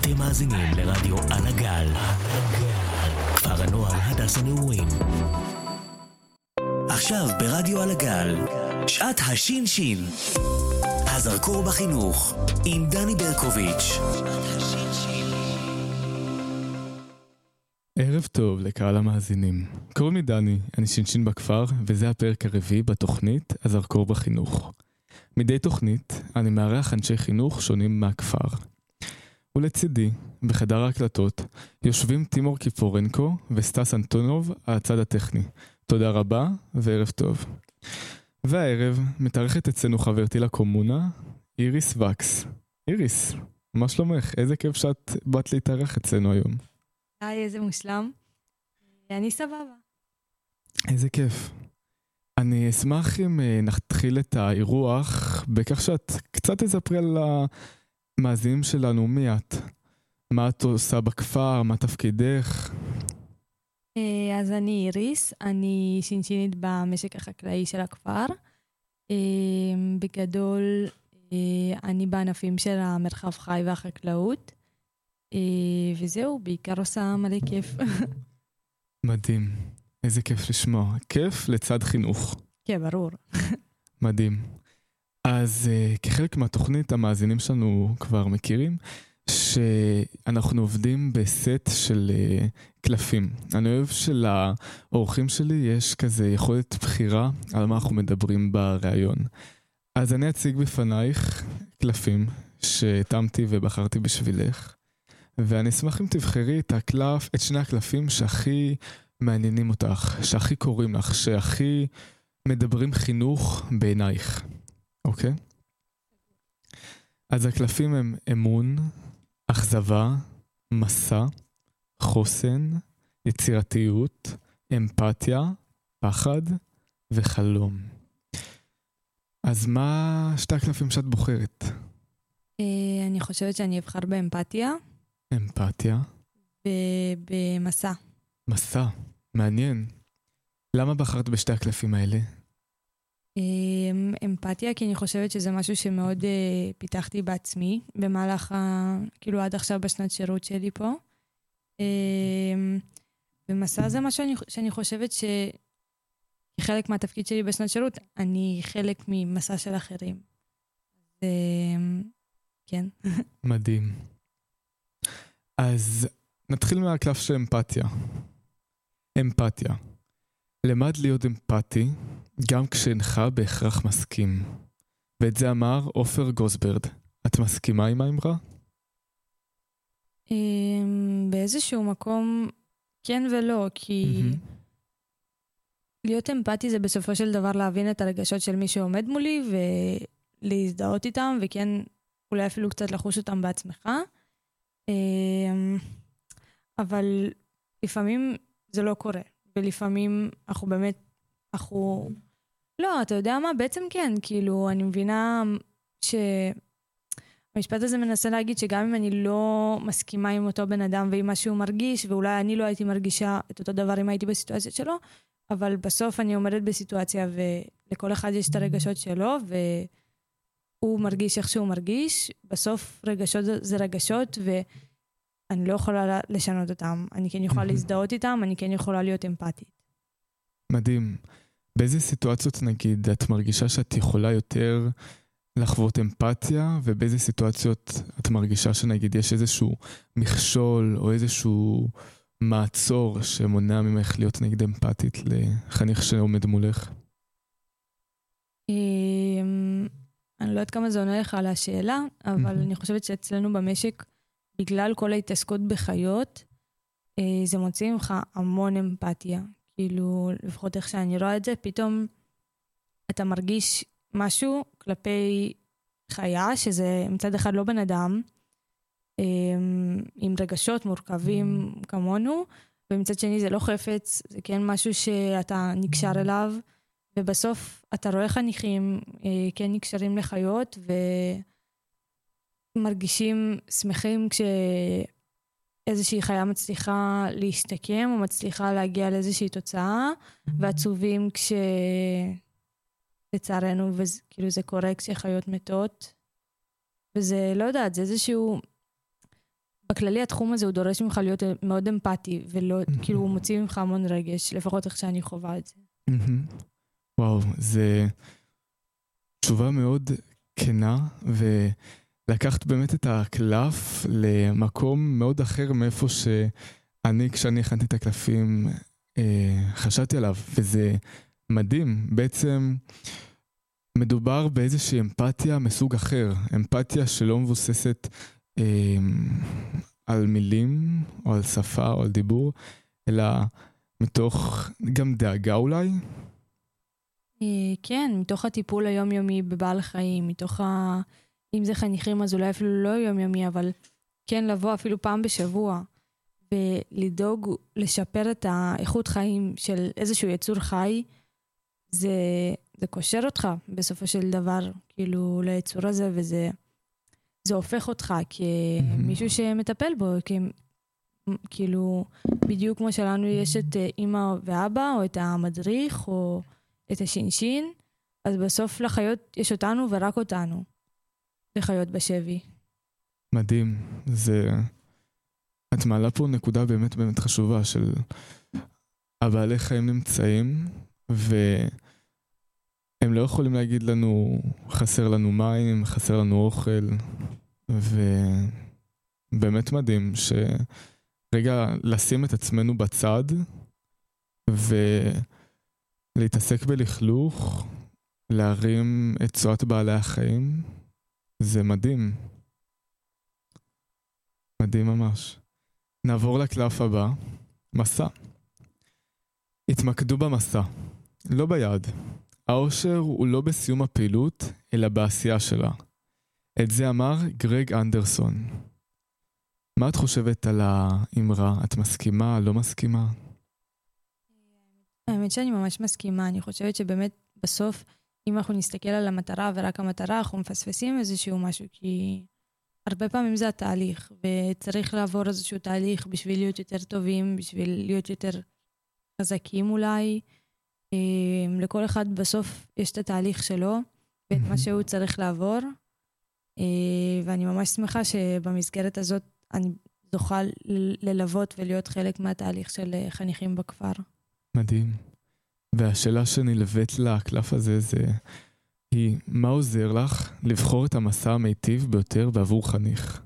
אתם מאזינים לרדיו על הגל. כפר הנוער הדס הנעורים. עכשיו ברדיו על הגל, שעת השין. הזרקור בחינוך, עם דני ברקוביץ'. ערב טוב לקהל המאזינים. קוראים לי דני, אני שין בכפר, וזה הפרק הרביעי בתוכנית הזרקור בחינוך. מדי תוכנית אני מארח אנשי חינוך שונים מהכפר. ולצידי, בחדר ההקלטות, יושבים תימור קיפורנקו וסטס אנטונוב על הצד הטכני. תודה רבה וערב טוב. והערב מתארחת אצלנו חברתי לקומונה, איריס וקס. איריס, מה שלומך? איזה כיף שאת באת להתארח אצלנו היום. היי, איזה מושלם. אני סבבה. איזה כיף. אני אשמח אם נתחיל את האירוח בכך שאת קצת תספרי על המאזינים שלנו. מי את? מה את עושה בכפר? מה תפקידך? אז אני איריס, אני שינשינית במשק החקלאי של הכפר. בגדול, אני בענפים של המרחב חי והחקלאות. וזהו, בעיקר עושה מלא כיף. מדהים. איזה כיף לשמוע. כיף לצד חינוך. כן, ברור. מדהים. אז כחלק מהתוכנית המאזינים שלנו כבר מכירים שאנחנו עובדים בסט של קלפים. אני אוהב שלאורחים שלי יש כזה יכולת בחירה על מה אנחנו מדברים בראיון. אז אני אציג בפנייך קלפים שתמתי ובחרתי בשבילך. ואני אשמח אם תבחרי את שני הקלפים שהכי מעניינים אותך, שהכי קוראים לך, שהכי מדברים חינוך בעינייך. אוקיי? אז הקלפים הם אמון, אכזבה, מסע, חוסן, יצירתיות, אמפתיה, פחד וחלום. אז מה שתי הקלפים שאת בוחרת? אני חושבת שאני אבחר באמפתיה. אמפתיה. ובמסע. מסע, מעניין. למה בחרת בשתי הקלפים האלה? אמפתיה, כי אני חושבת שזה משהו שמאוד פיתחתי בעצמי, במהלך, כאילו עד עכשיו בשנת שירות שלי פה. ומסע זה משהו שאני חושבת שחלק מהתפקיד שלי בשנת שירות, אני חלק ממסע של אחרים. כן. מדהים. אז נתחיל מהקלף של אמפתיה. אמפתיה. למד להיות אמפתי, גם כשאינך בהכרח מסכים. ואת זה אמר עופר גוסברד. את מסכימה עם האמרה? באיזשהו מקום כן ולא, כי להיות אמפתי זה בסופו של דבר להבין את הרגשות של מי שעומד מולי ולהזדהות איתם, וכן אולי אפילו קצת לחוש אותם בעצמך. אבל לפעמים זה לא קורה, ולפעמים אנחנו לא, אתה יודע מה? בעצם כן, כאילו, אני מבינה שהמשפט הזה מנסה להגיד שגם אם אני לא מסכימה עם אותו בן אדם ועם מה שהוא מרגיש, ואולי אני לא הייתי מרגישה את אותו דבר אם הייתי בסיטואציה שלו, אבל בסוף אני עומדת בסיטואציה ולכל אחד יש את הרגשות שלו, והוא מרגיש איך שהוא מרגיש. בסוף רגשות זה רגשות, ואני לא יכולה לשנות אותם. אני כן יכולה להזדהות איתם, אני כן יכולה להיות אמפתית. מדהים. באיזה סיטואציות נגיד את מרגישה שאת יכולה יותר לחוות אמפתיה, ובאיזה סיטואציות את מרגישה שנגיד יש איזשהו מכשול או איזשהו מעצור שמונע ממך להיות נגיד אמפתית לחניך שעומד מולך? אני לא יודעת כמה זה עונה לך על השאלה, אבל אני חושבת שאצלנו במשק, בגלל כל ההתעסקות בחיות, זה מוציא ממך המון אמפתיה. כאילו, לפחות איך שאני רואה את זה, פתאום אתה מרגיש משהו כלפי חיה, שזה מצד אחד לא בן אדם, עם רגשות מורכבים כמונו, ומצד שני זה לא חפץ, זה כן משהו שאתה נקשר אליו, ובסוף אתה רואה חניכים כן נקשרים לחיות, ומרגישים שמחים כשאיזושהי חיה מצליחה להשתקם, או מצליחה להגיע לאיזושהי תוצאה, ועצובים לצערנו, וכאילו זה קורה כשחיות מתות, וזה לא יודעת, זה איזשהו, בכללי התחום הזה הוא דורש ממך להיות מאוד אמפתי, ולא, כאילו הוא מוציא ממך המון רגש, לפחות איך שאני חווה את זה. וואו, זה תשובה מאוד כנה, ולקחת באמת את הקלף למקום מאוד אחר מאיפה שאני, כשאני הכנתי את הקלפים, חשבתי עליו, וזה מדהים. בעצם מדובר באיזושהי אמפתיה מסוג אחר, אמפתיה שלא מבוססת על מילים, או על שפה, או על דיבור, אלא מתוך גם דאגה אולי? כן, מתוך הטיפול היומיומי בבעל חיים, אם זה חניכים אז אולי אפילו לא יומיומי, אבל כן לבוא אפילו פעם בשבוע, ולדאוג לשפר את האיכות חיים של איזשהו יצור חי, זה קושר אותך בסופו של דבר, כאילו ליצור הזה, וזה הופך אותך כמישהו שמטפל בו, כאילו בדיוק כמו שלנו יש את אמא ואבא, או את המדריך, או את השינשין, אז בסוף לחיות יש אותנו ורק אותנו, לחיות בשבי. מדהים, את מעלה פה נקודה באמת באמת חשובה של הבעלי חיים נמצאים, והם לא יכולים להגיד לנו חסר לנו מים, חסר לנו אוכל, ובאמת מדהים שרגע לשים את עצמנו בצד ולהתעסק בלכלוך, להרים את צורת בעלי החיים, זה מדהים. מדהים ממש. נעבור לקלף הבא, מסע. התמקדו במסע, לא ביעד. האושר הוא לא בסיום הפעילות, אלא בעשייה שלה. את זה אמר גרג אנדרסון. מה את חושבת על האמרה? את מסכימה, לא מסכימה? האמת שאני ממש מסכימה. אני חושבת שבאמת בסוף, אם אנחנו נסתכל על המטרה ורק המטרה, אנחנו מפספסים איזשהו משהו, כי הרבה פעמים זה התהליך, וצריך לעבור איזשהו תהליך בשביל להיות יותר טובים, בשביל להיות יותר חזקים אולי. לכל אחד בסוף יש את התהליך שלו, ואת מה שהוא צריך לעבור, ואני ממש שמחה שבמסגרת הזאת אני זוכה ללוות ולהיות חלק מהתהליך של חניכים בכפר. מדהים. והשאלה שנלווית לקלף הזה היא, מה עוזר לך לבחור את המסע המיטיב ביותר בעבור חניך?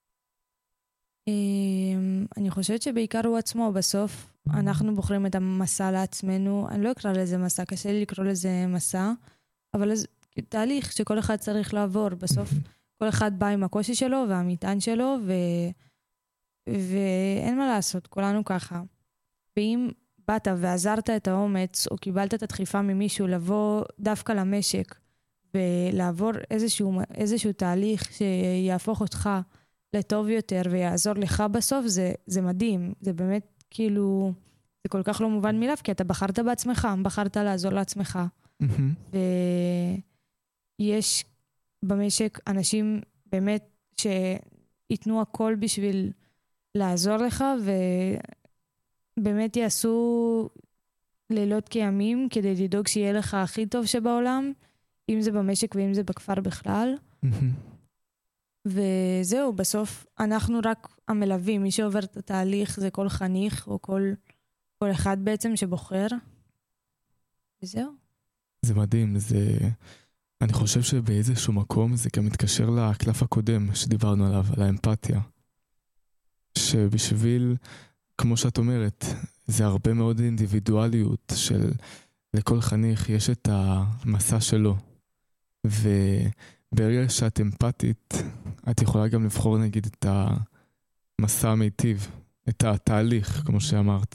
אני חושבת שבעיקר הוא עצמו. בסוף אנחנו בוחרים את המסע לעצמנו. אני לא אקרא לזה מסע, קשה לי לקרוא לזה מסע, אבל זה תהליך שכל אחד צריך לעבור. בסוף כל אחד בא עם הקושי שלו והמטען שלו, ואין מה לעשות, כולנו ככה. ואם באת ועזרת את האומץ, או קיבלת את הדחיפה ממישהו לבוא דווקא למשק, ולעבור איזשהו תהליך שיהפוך אותך לטוב יותר ויעזור לך בסוף, זה מדהים. זה באמת כאילו, זה כל כך לא מובן מאליו, כי אתה בחרת בעצמך, בחרת לעזור לעצמך. ויש במשק אנשים באמת שיתנו הכל בשביל לעזור לך, ובאמת יעשו לילות כימים כדי לדאוג שיהיה לך הכי טוב שבעולם, אם זה במשק ואם זה בכפר בכלל. וזהו, בסוף אנחנו רק המלווים, מי שעובר את התהליך זה כל חניך, או כל אחד בעצם שבוחר. וזהו. זה מדהים, אני חושב שבאיזשהו מקום זה גם מתקשר לקלף הקודם שדיברנו עליו, על האמפתיה. שבשביל, כמו שאת אומרת, זה הרבה מאוד אינדיבידואליות של לכל חניך יש את המסע שלו. וברגע שאת אמפתית, את יכולה גם לבחור נגיד את המסע המיטיב, את התהליך, כמו שאמרת.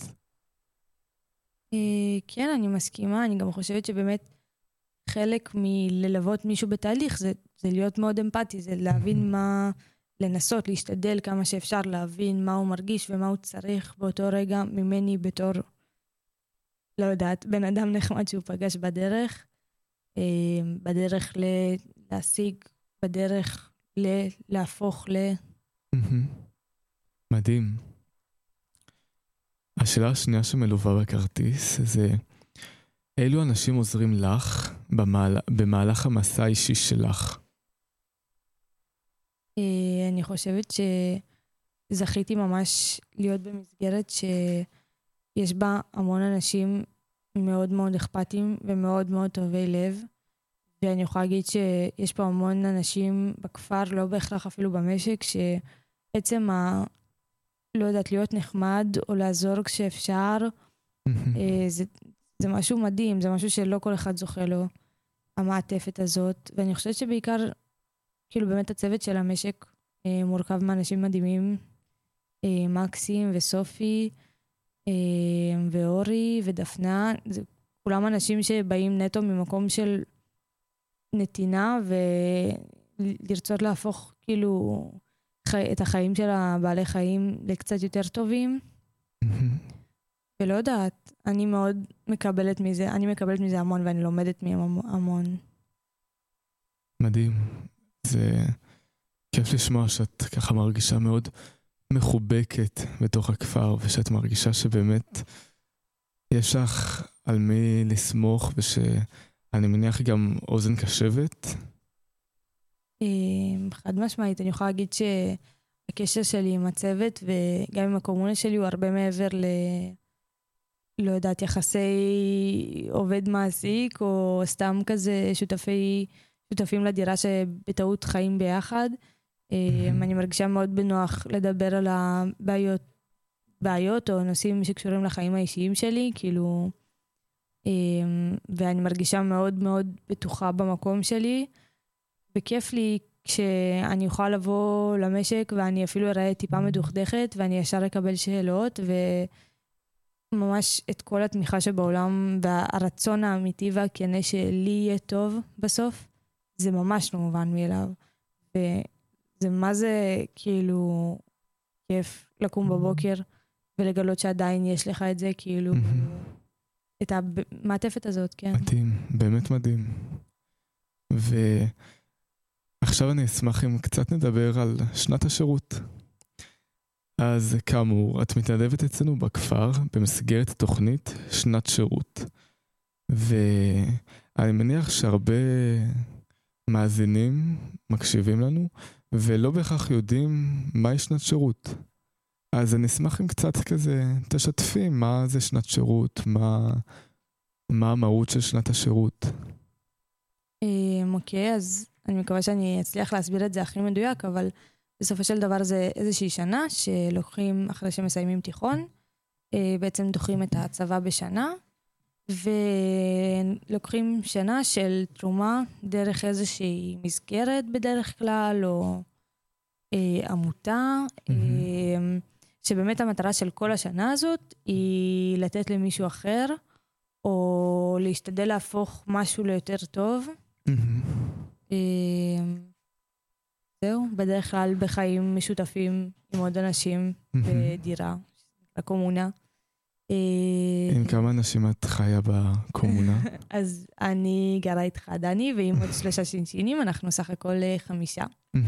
כן, אני מסכימה. אני גם חושבת שבאמת חלק מללוות מישהו בתהליך זה להיות מאוד אמפתי, זה להבין מה, לנסות, להשתדל כמה שאפשר להבין מה הוא מרגיש ומה הוא צריך באותו רגע ממני בתור, לא יודעת, בן אדם נחמד שהוא פגש בדרך, בדרך להשיג, בדרך להפוך מדהים. השאלה השנייה שמלווה בכרטיס זה, אילו אנשים עוזרים לך במהלך המסע האישי שלך? אני חושבת זכיתי ממש להיות במסגרת שיש בה המון אנשים מאוד מאוד אכפתיים ומאוד מאוד טובי לב, ואני יכולה להגיד שיש פה המון אנשים בכפר, לא בהכרח אפילו במשק, שעצם לא יודעת, להיות נחמד או לעזור כשאפשר, זה משהו מדהים, זה משהו שלא כל אחד זוכה לו, המעטפת הזאת, ואני חושבת שבעיקר, כאילו באמת הצוות של המשק מורכב מאנשים מדהימים, מקסים וסופי, ואורי ודפנה, זה כולם אנשים שבאים נטו ממקום של נתינה, ולרצות להפוך כאילו את החיים של הבעלי חיים לקצת יותר טובים. ולא יודעת, אני מאוד מקבלת מזה, אני מקבלת מזה המון ואני לומדת מהם המון. מדהים. זה כיף לשמוע שאת ככה מרגישה מאוד מחובקת בתוך הכפר, ושאת מרגישה שבאמת יש לך על מי לסמוך, ושאני מניח גם אוזן קשבת. חד משמעית, אני יכולה להגיד שהקשר שלי עם הצוות וגם עם הקומונה שלי הוא הרבה מעבר לא יודעת, יחסי עובד מעסיק או סתם כזה שותפים לדירה שבטעות חיים ביחד. אני מרגישה מאוד בנוח לדבר על הבעיות או נושאים שקשורים לחיים האישיים שלי, כאילו, ואני מרגישה מאוד מאוד בטוחה במקום שלי, וכיף לי כשאני אוכל לבוא למשק ואני אפילו אראה טיפה מדוכדכת ואני ישר אקבל שאלות וממש את כל התמיכה שבעולם והרצון האמיתי והכנה שלי יהיה טוב בסוף, זה ממש לא מובן מאליו. וזה מה זה כאילו כיף לקום בבוקר ולגלות שעדיין יש לך את זה, כאילו את המעטפת הזאת, כן. מדהים, באמת מדהים. ועכשיו אני אשמח אם קצת נדבר על שנת השירות. אז כאמור, את מתנדבת אצלנו בכפר במסגרת תוכנית שנת שירות. ואני מניח שהרבה מאזינים מקשיבים לנו, ולא בהכרח יודעים מהי שנת שירות. אז אני אשמח אם קצת כזה תשתפים מה זה שנת שירות, מה המהות של שנת השירות. אוקיי, אז אני מקווה שאני אצליח להסביר את זה הכי מדויק, אבל בסופו של דבר זה איזושהי שנה שלוקחים אחרי שמסיימים תיכון, בעצם דוחים את הצבא בשנה, ולוקחים שנה של תרומה דרך איזושהי מסגרת בדרך כלל, או עמותה, שבאמת המטרה של כל השנה הזאת היא לתת למישהו אחר, או להשתדל להפוך משהו ליותר טוב. זהו, בדרך כלל בחיים משותפים עם עוד אנשים בדירה, בקומונה. עם כמה אנשים את חיה בקומונה? אז אני גרה איתך, דני, ועם עוד 3 שינשינים, אנחנו סך הכל 5.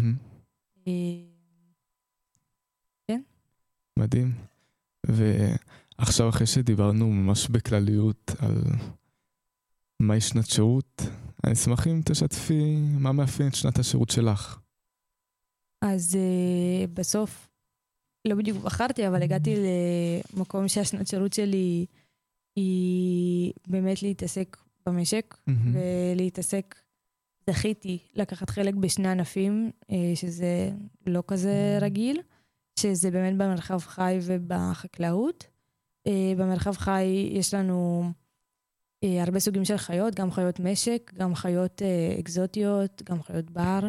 כן. מדהים. ועכשיו אחרי שדיברנו ממש בכלליות על מהי שנת שירות, אני אשמח אם תשתפי מה מאפיין את שנת השירות שלך. אז בסוף, לא בדיוק בחרתי, אבל הגעתי למקום שהשנת שירות שלי היא באמת להתעסק במשק, ולהתעסק, זכיתי לקחת חלק בשני ענפים, שזה לא כזה רגיל, שזה באמת במרחב חי ובחקלאות. במרחב חי יש לנו הרבה סוגים של חיות, גם חיות משק, גם חיות אקזוטיות, גם חיות בר,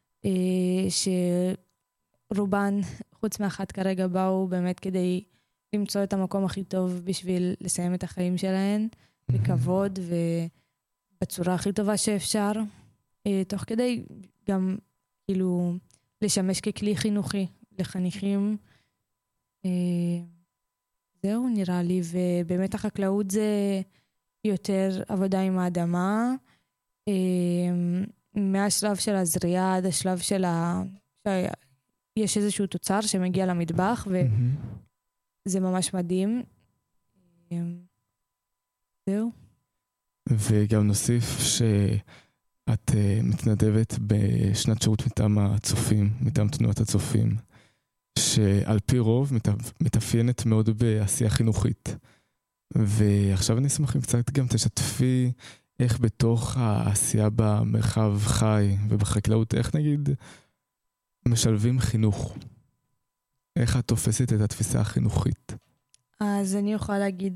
שרובן, חוץ מאחת כרגע, באו באמת כדי למצוא את המקום הכי טוב בשביל לסיים את החיים שלהן, בכבוד ובצורה הכי טובה שאפשר, תוך כדי גם כאילו לשמש ככלי חינוכי לחניכים. זהו נראה לי, ובאמת החקלאות זה יותר עבודה עם האדמה, מהשלב של הזריעה עד השלב של יש איזשהו תוצר שמגיע למטבח, וזה ממש מדהים. זהו. וגם נוסיף שאת מתנדבת בשנת שירות מטעם הצופים, מטעם תנועת הצופים. שעל פי רוב מתאפיינת מאוד בעשייה חינוכית. ועכשיו אני אשמח אם קצת גם תשתפי איך בתוך העשייה במרחב חי ובחקלאות, איך נגיד משלבים חינוך? איך את תופסת את התפיסה החינוכית? אז אני יכולה להגיד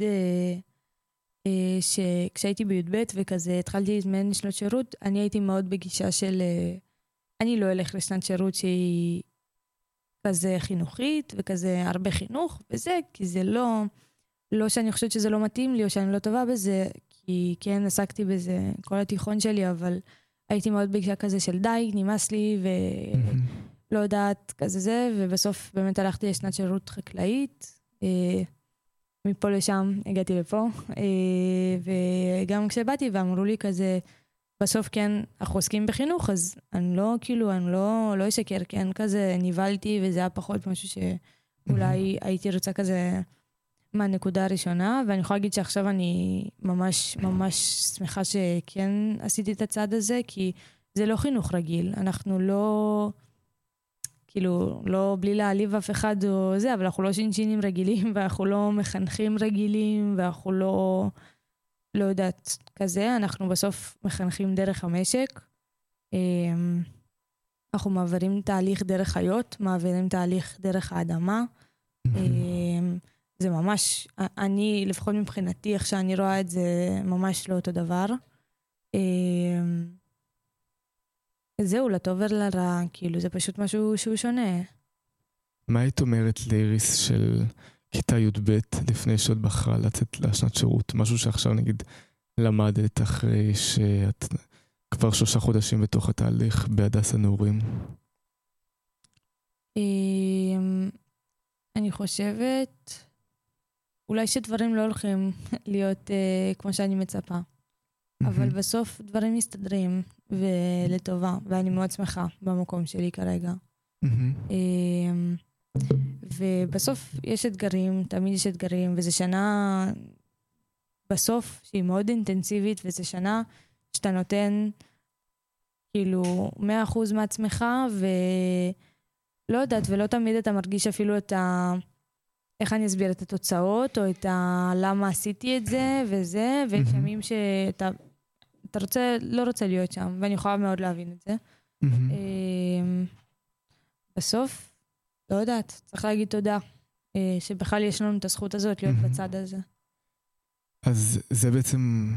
שכשהייתי בי"ב וכזה התחלתי לזמן שנות שירות, אני הייתי מאוד בגישה של אני לא אלך לשנת שירות שהיא כזה חינוכית וכזה הרבה חינוך וזה, כי זה לא שאני חושבת שזה לא מתאים לי או שאני לא טובה בזה, כי כן עסקתי בזה כל התיכון שלי, אבל הייתי מאוד בגישה כזה של די, נמאס לי ולא יודעת כזה זה, ובסוף באמת הלכתי לשנת שירות חקלאית, מפה לשם הגעתי לפה, וגם כשבאתי ואמרו לי כזה, בסוף כן, אנחנו עוסקים בחינוך, אז אני לא אשקר, כן, כזה ניבלתי, וזה היה פחות משהו שאולי הייתי רוצה כזה מהנקודה הראשונה, ואני יכולה להגיד שעכשיו אני ממש ממש שמחה שכן עשיתי את הצעד הזה, כי זה לא חינוך רגיל, אנחנו לא, כאילו, לא בלי להעליב אף אחד או זה, אבל אנחנו לא שינשינים רגילים, ואנחנו לא מחנכים רגילים, ואנחנו לא יודעת כזה, אנחנו בסוף מחנכים דרך המשק, אנחנו מעבירים תהליך דרך חיות, מעבירים תהליך דרך האדמה, זה ממש, אני לפחות מבחינתי, איך שאני רואה את זה, ממש לא אותו דבר. זהו, לטוב ולרע, כאילו זה פשוט משהו שהוא שונה. מה היית אומרת לאיריס של כיתה י"ב לפני שעוד בחרה לצאת לשנת שירות? משהו שעכשיו נגיד למדת אחרי שאת כבר 3 חודשים בתוך התהליך בהדס הנעורים? אני חושבת אולי שדברים לא הולכים להיות כמו שאני מצפה. אבל בסוף דברים מסתדרים ולטובה, ואני מאוד שמחה במקום שלי כרגע. ובסוף יש אתגרים, תמיד יש אתגרים, וזו שנה בסוף שהיא מאוד אינטנסיבית, וזו שנה שאתה נותן כאילו 100% מעצמך, ולא יודעת, ולא תמיד אתה מרגיש אפילו את איך אני אסביר את התוצאות, או את למה עשיתי את זה וזה, ויש ימים שאתה לא רוצה להיות שם, ואני יכולה מאוד להבין את זה. בסוף, לא יודעת, צריך להגיד תודה, שבכלל יש לנו את הזכות הזאת להיות בצד הזה. אז זה בעצם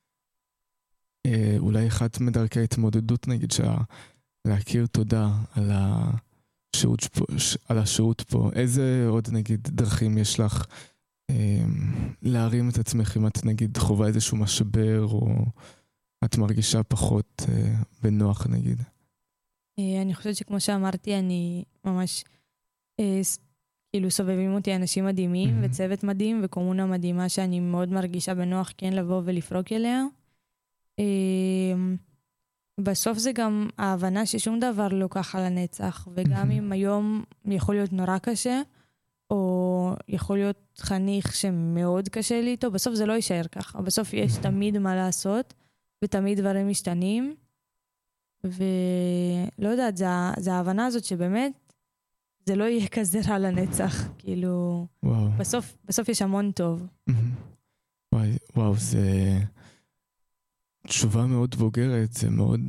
אולי אחת מדרכי ההתמודדות, נגיד, להכיר תודה על השהות פה. איזה עוד נגיד דרכים יש לך להרים את עצמך אם את נגיד חובה איזשהו משבר או את מרגישה פחות בנוח נגיד? אני חושבת שכמו שאמרתי, אני ממש כאילו סובבים אותי אנשים מדהימים וצוות מדהים וקומונה מדהימה שאני מאוד מרגישה בנוח כן לבוא ולפרוק אליה. בסוף זה גם ההבנה ששום דבר לא ככה לנצח, וגם אם היום יכול להיות נורא קשה, או יכול להיות חניך שמאוד קשה לי איתו, בסוף זה לא יישאר ככה. בסוף יש תמיד מה לעשות, ותמיד דברים משתנים, ולא יודעת, זה ההבנה הזאת שבאמת, זה לא יהיה כזה רע לנצח, כאילו, בסוף יש המון טוב. וואו, זה תשובה מאוד בוגרת, זה מאוד,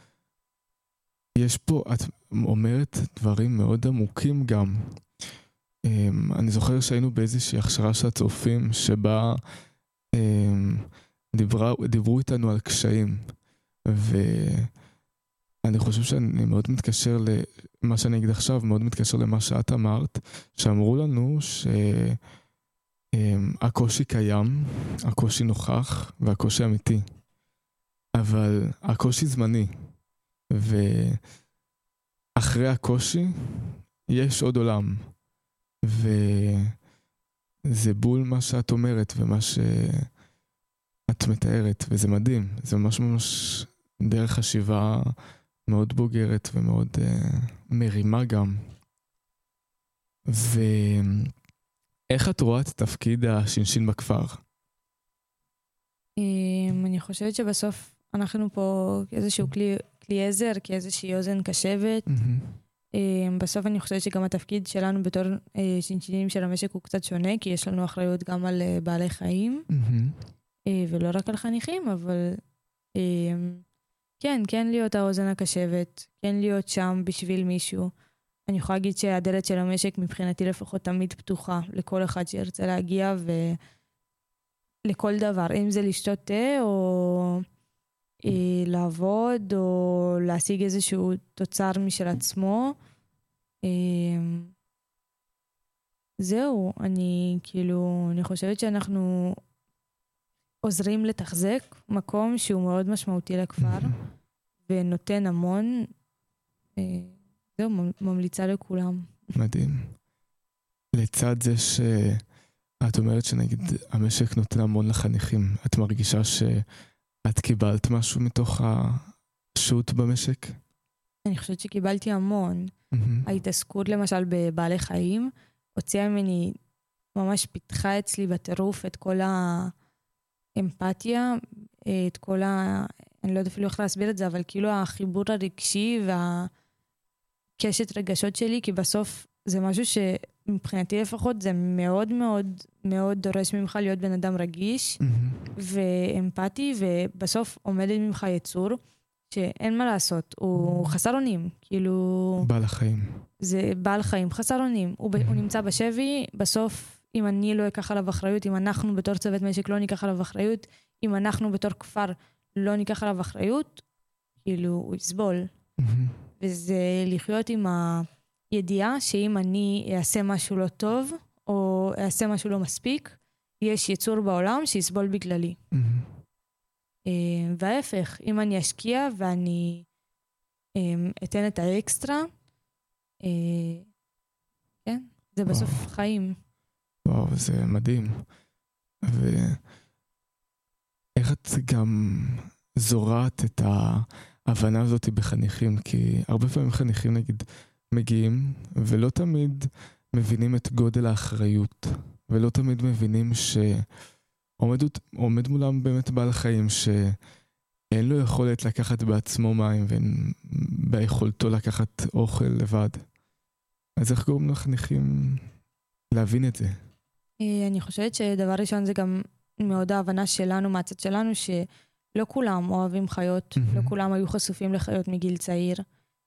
יש פה, את אומרת דברים מאוד עמוקים גם. אני זוכר שהיינו באיזושהי הכשרה של הצופים, שבה דיברו איתנו על קשיים, ואני חושב שאני מאוד מתקשר למה שאני אגיד עכשיו, מאוד מתקשר למה שאת אמרת, שאמרו לנו שהקושי קיים, הקושי נוכח, והקושי אמיתי. אבל הקושי זמני, ואחרי הקושי יש עוד עולם, וזה בול מה שאת אומרת ומה שאת מתארת, וזה מדהים, זה ממש דרך חשיבה מאוד בוגרת ומאוד מרימה גם. ואיך את רואה את תפקיד השינשין בכפר? אני חושבת שבסוף אנחנו פה כאיזשהו כלי עזר, כאיזושהי אוזן קשבת. בסוף אני חושבת שגם התפקיד שלנו בתור שינשינים של המשק הוא קצת שונה, כי יש לנו אחריות גם על בעלי חיים, ולא רק על חניכים, אבל כן להיות האוזן הקשבת, כן להיות שם בשביל מישהו. אני יכולה להגיד שהדלת של המשק מבחינתי לפחות תמיד פתוחה לכל אחד שירצה להגיע ולכל דבר, אם זה לשתות תה או לעבוד או להשיג איזשהו תוצר משל עצמו. זהו, אני חושבת שאנחנו עוזרים לתחזק מקום שהוא מאוד משמעותי לכפר ונותן המון. זהו, ממליצה לכולם. מדהים. לצד זה שאת אומרת שנגיד המשק נותן המון לחניכים, את מרגישה שאת קיבלת משהו מתוך השהות במשק? אני חושבת שקיבלתי המון. ההתעסקות למשל בבעלי חיים, הוציאה ממני, ממש פיתחה אצלי בטירוף את כל האמפתיה, את כל אני לא יודעת אפילו איך להסביר את זה, אבל כאילו החיבור הרגשי קשת רגשות שלי, כי בסוף זה משהו שמבחינתי לפחות זה מאוד מאוד מאוד דורש ממך להיות בן אדם רגיש ואמפתי, ובסוף עומדת ממך יצור שאין מה לעשות, הוא חסר אונים, כאילו בעל החיים. זה בעל חיים, חסר אונים, הוא נמצא בשבי, בסוף אם אני לא אקח עליו אחריות, אם אנחנו בתור צוות משק לא ניקח עליו אחריות, אם אנחנו בתור כפר לא ניקח עליו אחריות, כאילו הוא יסבול. וזה לחיות עם הידיעה שאם אני אעשה משהו לא טוב, או אעשה משהו לא מספיק, יש יצור בעולם שיסבול בגללי. וההפך, אם אני אשקיע ואני אתן את האקסטרה, כן, זה בסוף חיים. וואו, זה מדהים. ואיך את גם זורעת את ההבנה הזאת בחניכים? כי הרבה פעמים חניכים נגיד מגיעים ולא תמיד מבינים את גודל האחריות, ולא תמיד מבינים שעומד מולם באמת בעל חיים שאין לו יכולת לקחת בעצמו מים וביכולתו לקחת אוכל לבד. אז איך גורם לחניכים להבין את זה? אני חושבת שדבר ראשון זה גם מאוד ההבנה שלנו, מהצד שלנו, שלא כולם אוהבים חיות, לא כולם היו חשופים לחיות מגיל צעיר.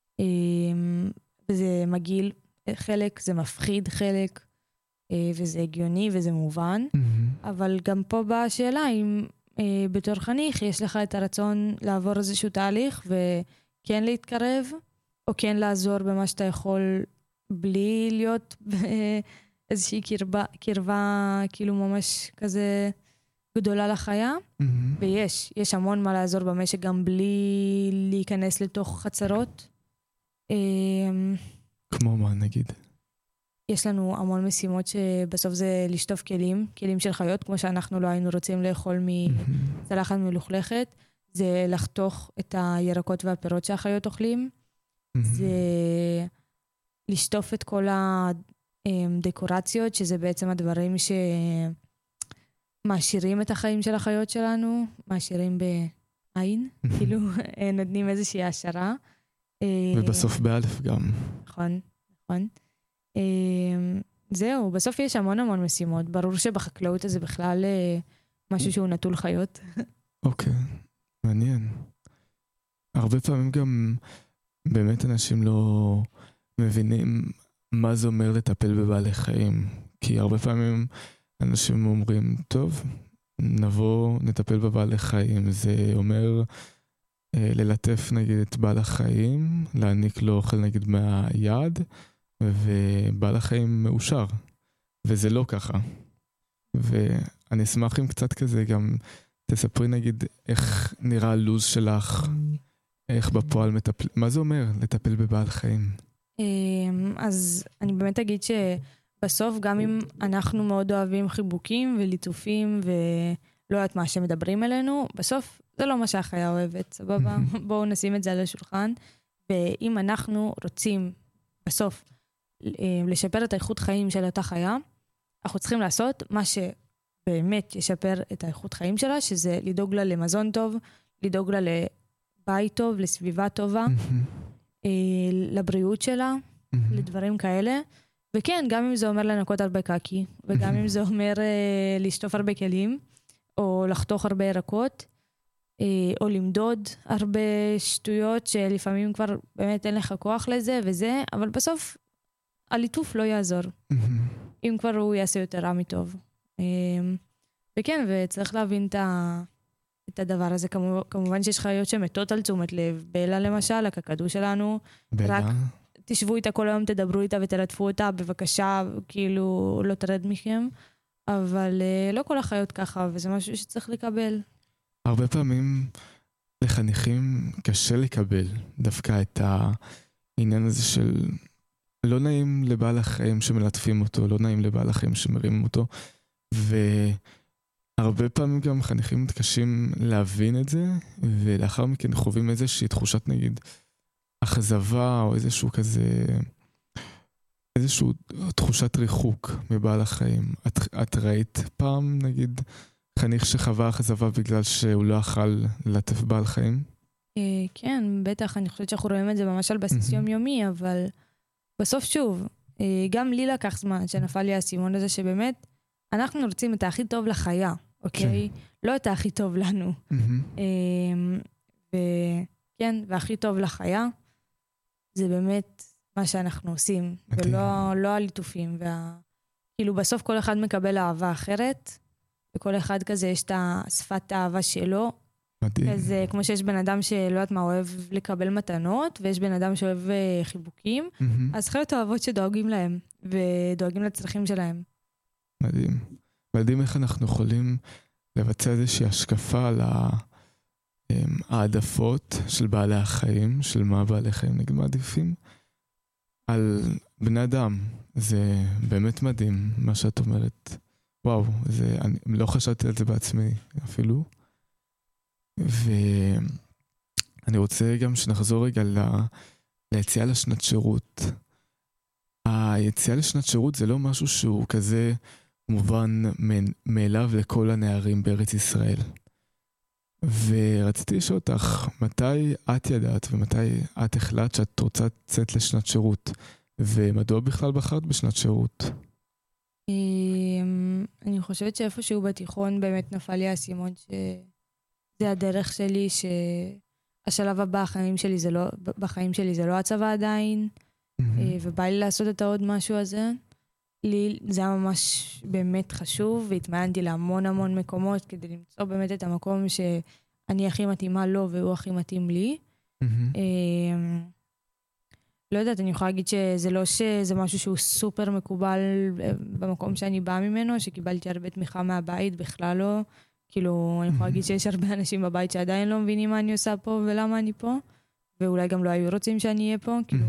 וזה מגעיל חלק, זה מפחיד חלק, וזה הגיוני וזה מובן. אבל גם פה באה השאלה, אם בתור חניך יש לך את הרצון לעבור איזשהו תהליך, וכן להתקרב, או כן לעזור במה שאתה יכול, בלי להיות איזושהי קרבה כאילו ממש כזה גדולה לחיה. ויש המון מה לעזור במשק גם בלי להיכנס לתוך חצרות. כמו מה נגיד? יש לנו המון משימות שבסוף זה לשטוף כלים של חיות, כמו שאנחנו לא היינו רוצים לאכול מצלחת מלוכלכת. זה לחתוך את הירקות והפירות שהחיות אוכלים. זה לשטוף את כל הדקורציות, שזה בעצם הדברים שמעשירים את החיים של החיות שלנו, מעשירים בעין, כאילו נותנים איזושהי העשרה. ובסוף באלף גם. נכון, נכון. זהו, בסוף יש המון משימות. ברור שבחקלאות הזה בכלל משהו שהוא נטול חיות. אוקיי, מעניין. הרבה פעמים גם באמת אנשים לא מבינים מה זה אומר לטפל בבעלי חיים. כי הרבה פעמים אנשים אומרים, טוב, נבוא, נטפל בבעלי חיים. זה אומר ללטף נגיד את בעל החיים, להעניק לו אוכל נגיד מהיד, ובעל החיים מאושר. וזה לא ככה. ואני אשמח אם קצת כזה גם תספרי נגיד איך נראה הלוז שלך, איך בפועל מטפל, מה זה אומר לטפל בבעל חיים? אז אני באמת אגיד שבסוף גם אם אנחנו מאוד אוהבים חיבוקים וליטופים ולא יודעת מה שמדברים אלינו, בסוף זה לא מה שהחיה אוהבת, סבבה? בואו נשים את זה על השולחן. ואם אנחנו רוצים בסוף לשפר את האיכות חיים של אותה חיה, אנחנו צריכים לעשות מה שבאמת ישפר את האיכות חיים שלה, שזה לדאוג לה למזון טוב, לדאוג לה לבית טוב, לסביבה טובה, לבריאות שלה, לדברים כאלה. וכן, גם אם זה אומר לנקות הרבה קקי, וגם אם זה אומר לשטוף הרבה כלים, או לחתוך הרבה ירקות, או למדוד הרבה שטויות שלפעמים כבר באמת אין לך כוח לזה וזה, אבל בסוף הליטוף לא יעזור. אם כבר הוא יעשה יותר רע מטוב. וכן, וצריך להבין את הדבר הזה. כמובן שיש חיות שמתות על תשומת לב. בלה למשל, הקקדו שלנו. בלה? רק תשבו איתה כל היום, תדברו איתה ותלטפו אותה, בבקשה, כאילו לא תרד מכם. אבל לא כל החיות ככה, וזה משהו שצריך לקבל. הרבה פעמים לחניכים קשה לקבל דווקא את העניין הזה של לא נעים לבעל החיים שמלטפים אותו, לא נעים לבעל החיים שמרימים אותו, והרבה פעמים גם חניכים מתקשים להבין את זה, ולאחר מכן חווים איזושהי תחושת נגיד אכזבה או איזשהו כזה, איזשהו תחושת ריחוק מבעל החיים. את ראית פעם נגיד חניך שחווה אכזבה בגלל שהוא לא אכל ללטף בעל חיים? כן, בטח, אני חושבת שאנחנו רואים את זה ממש על בסיס יומיומי, אבל בסוף שוב, גם לי לקח זמן שנפל לי הסימון הזה שבאמת, אנחנו רוצים את הכי טוב לחיה, אוקיי? לא את הכי טוב לנו. וכן, והכי טוב לחיה, זה באמת מה שאנחנו עושים, ולא הליטופים. כאילו בסוף כל אחד מקבל אהבה אחרת, וכל אחד כזה יש את שפת האהבה שלו. מדהים. אז כמו שיש בן אדם שלא יודעת מה אוהב לקבל מתנות, ויש בן אדם שאוהב חיבוקים, אז חיות אוהבות שדואגים להם, ודואגים לצרכים שלהם. מדהים. מדהים איך אנחנו יכולים לבצע איזושהי השקפה על העדפות של בעלי החיים, של מה בעלי חיים נגיד מעדיפים, על בני אדם. זה באמת מדהים מה שאת אומרת. וואו, אני לא חשבתי על זה בעצמי אפילו. ואני רוצה גם שנחזור רגע ליציאה לשנת שירות. היציאה לשנת שירות זה לא משהו שהוא כזה מובן מאליו לכל הנערים בארץ ישראל. ורציתי לשאול אותך, מתי את ידעת ומתי את החלטת שאת רוצה לצאת לשנת שירות? ומדוע בכלל בחרת בשנת שירות? אני חושבת שאיפשהו בתיכון באמת נפל לי הסימון שזה הדרך שלי, שהשלב הבא בחיים שלי זה לא הצבא עדיין, ובא לי לעשות את העוד משהו הזה. לי זה היה ממש באמת חשוב, והתמיינתי להמון המון מקומות כדי למצוא באמת את המקום שאני הכי מתאימה לו והוא הכי מתאים לי. לא יודעת, אני יכולה להגיד שזה לא שזה משהו שהוא סופר מקובל במקום שאני באה ממנו, שקיבלתי הרבה תמיכה מהבית, בכלל לא. כאילו, אני יכולה להגיד שיש הרבה אנשים בבית שעדיין לא מבינים מה אני עושה פה ולמה אני פה, ואולי גם לא היו רוצים שאני אהיה פה, כאילו...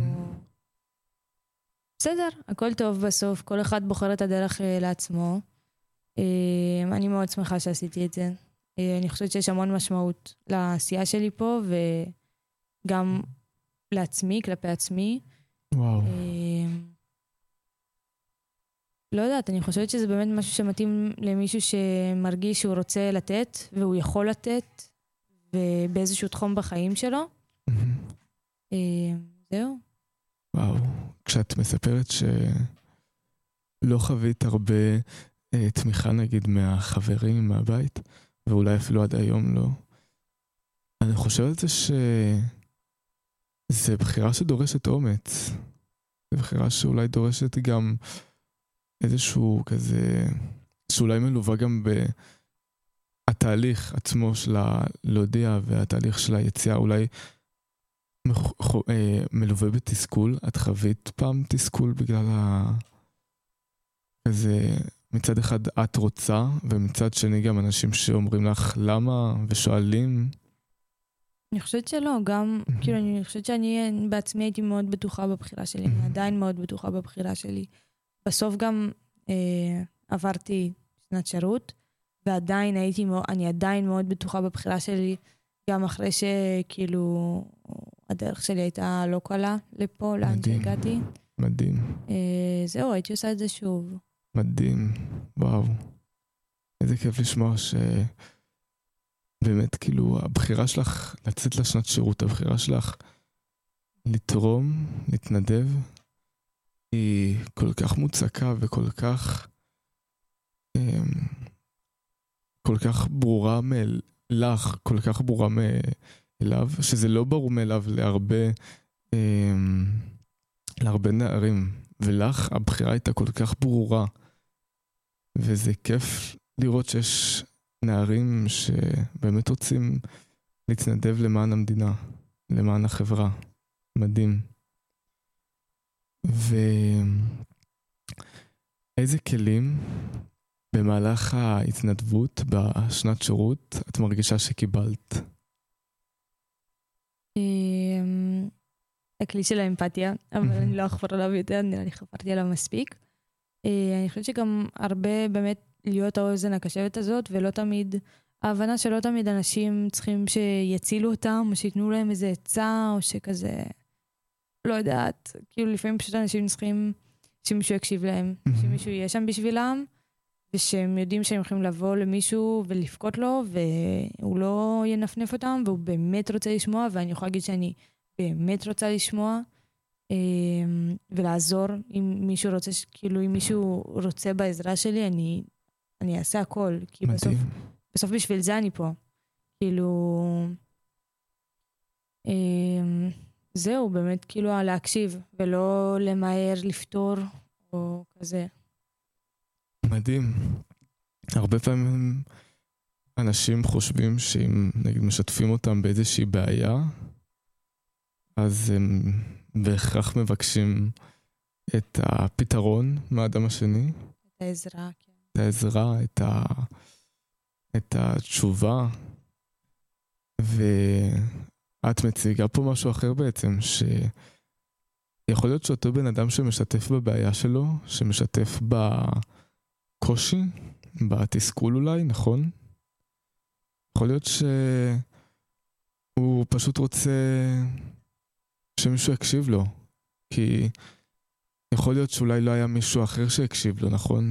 בסדר, הכל טוב בסוף, כל אחד בוחר את הדרך לעצמו. אני מאוד שמחה שעשיתי את זה. אני חושבת שיש המון משמעות לעשייה שלי פה, וגם לעצמי, כלפי עצמי. וואו. לא יודעת, אני חושבת שזה באמת משהו שמתאים למישהו שמרגיש שהוא רוצה לתת, והוא יכול לתת, ובאיזשהו תחום בחיים שלו. זהו. וואו, כשאת מספרת שלא חווית הרבה תמיכה נגיד מהחברים, מהבית, ואולי אפילו עד היום לא, אני חושב על זה שזה בחירה שדורשת אומץ. זה בחירה שאולי דורשת גם איזשהו כזה, שאולי מלווה גם בתהליך עצמו של הלהודיע והתהליך של היציאה, אולי מלווה בתסכול. את חווית פעם תסכול בגלל כזה, מצד אחד את רוצה, ומצד שני גם אנשים שאומרים לך למה ושואלים? אני חושבת שלא, גם, כאילו, אני חושבת שאני בעצמי הייתי מאוד בטוחה בבחירה שלי, אני עדיין מאוד בטוחה בבחירה שלי. בסוף גם עברתי שנת שירות, ועדיין אני עדיין מאוד בטוחה בבחירה שלי, גם אחרי שכאילו הדרך שלי הייתה לא קלה לפה, לאן שהגעתי. מדהים. זהו, הייתי עושה את זה שוב. מדהים, וואו. איזה כיף לשמוע באמת כאילו הבחירה שלך לצאת לשנת שירות, הבחירה שלך לתרום, להתנדב, היא כל כך מוצקה וכל כך כל כך ברורה לך, כל כך ברורה מאליו, שזה לא ברור מאליו להרבה נערים, ולך הבחירה הייתה כל כך ברורה, וזה כיף לראות שיש נערים שבאמת רוצים להתנדב למען המדינה, למען החברה. מדהים. ואיזה כלים במהלך ההתנדבות בשנת שירות את מרגישה שקיבלת? הכלי של האמפתיה, אבל אני לא אחפור עליו יותר, נראה לי חפרתי עליו מספיק. אני חושבת שגם הרבה באמת להיות האוזן הקשבת הזאת, ולא תמיד, ההבנה שלא תמיד אנשים צריכים שיצילו אותם, או שיתנו להם איזה עצה, או שכזה, לא יודעת, כאילו לפעמים פשוט אנשים צריכים שמישהו יקשיב להם, שמישהו יהיה שם בשבילם, ושהם יודעים שהם יכולים לבוא למישהו ולפקוט לו, והוא לא ינפנף אותם, והוא באמת רוצה לשמוע, ואני יכולה להגיד שאני באמת רוצה לשמוע, ולעזור אם מישהו רוצה, כאילו אם מישהו רוצה בעזרה שלי, אני אעשה הכל, כי בסוף בשביל זה אני פה. כאילו, זהו, באמת כאילו להקשיב, ולא למהר לפתור, או כזה. מדהים. הרבה פעמים אנשים חושבים שאם נגיד משתפים אותם באיזושהי בעיה, אז הם בהכרח מבקשים את הפתרון מהאדם השני. את העזרה, כן. את העזרה, את התשובה. ואת מציגה פה משהו אחר בעצם, שיכול להיות שאותו בן אדם שמשתף בבעיה שלו, שמשתף בקושי, בתסכול אולי, נכון? יכול להיות שהוא פשוט רוצה שמישהו יקשיב לו, כי יכול להיות שאולי לא היה מישהו אחר שיקשיב לו, נכון?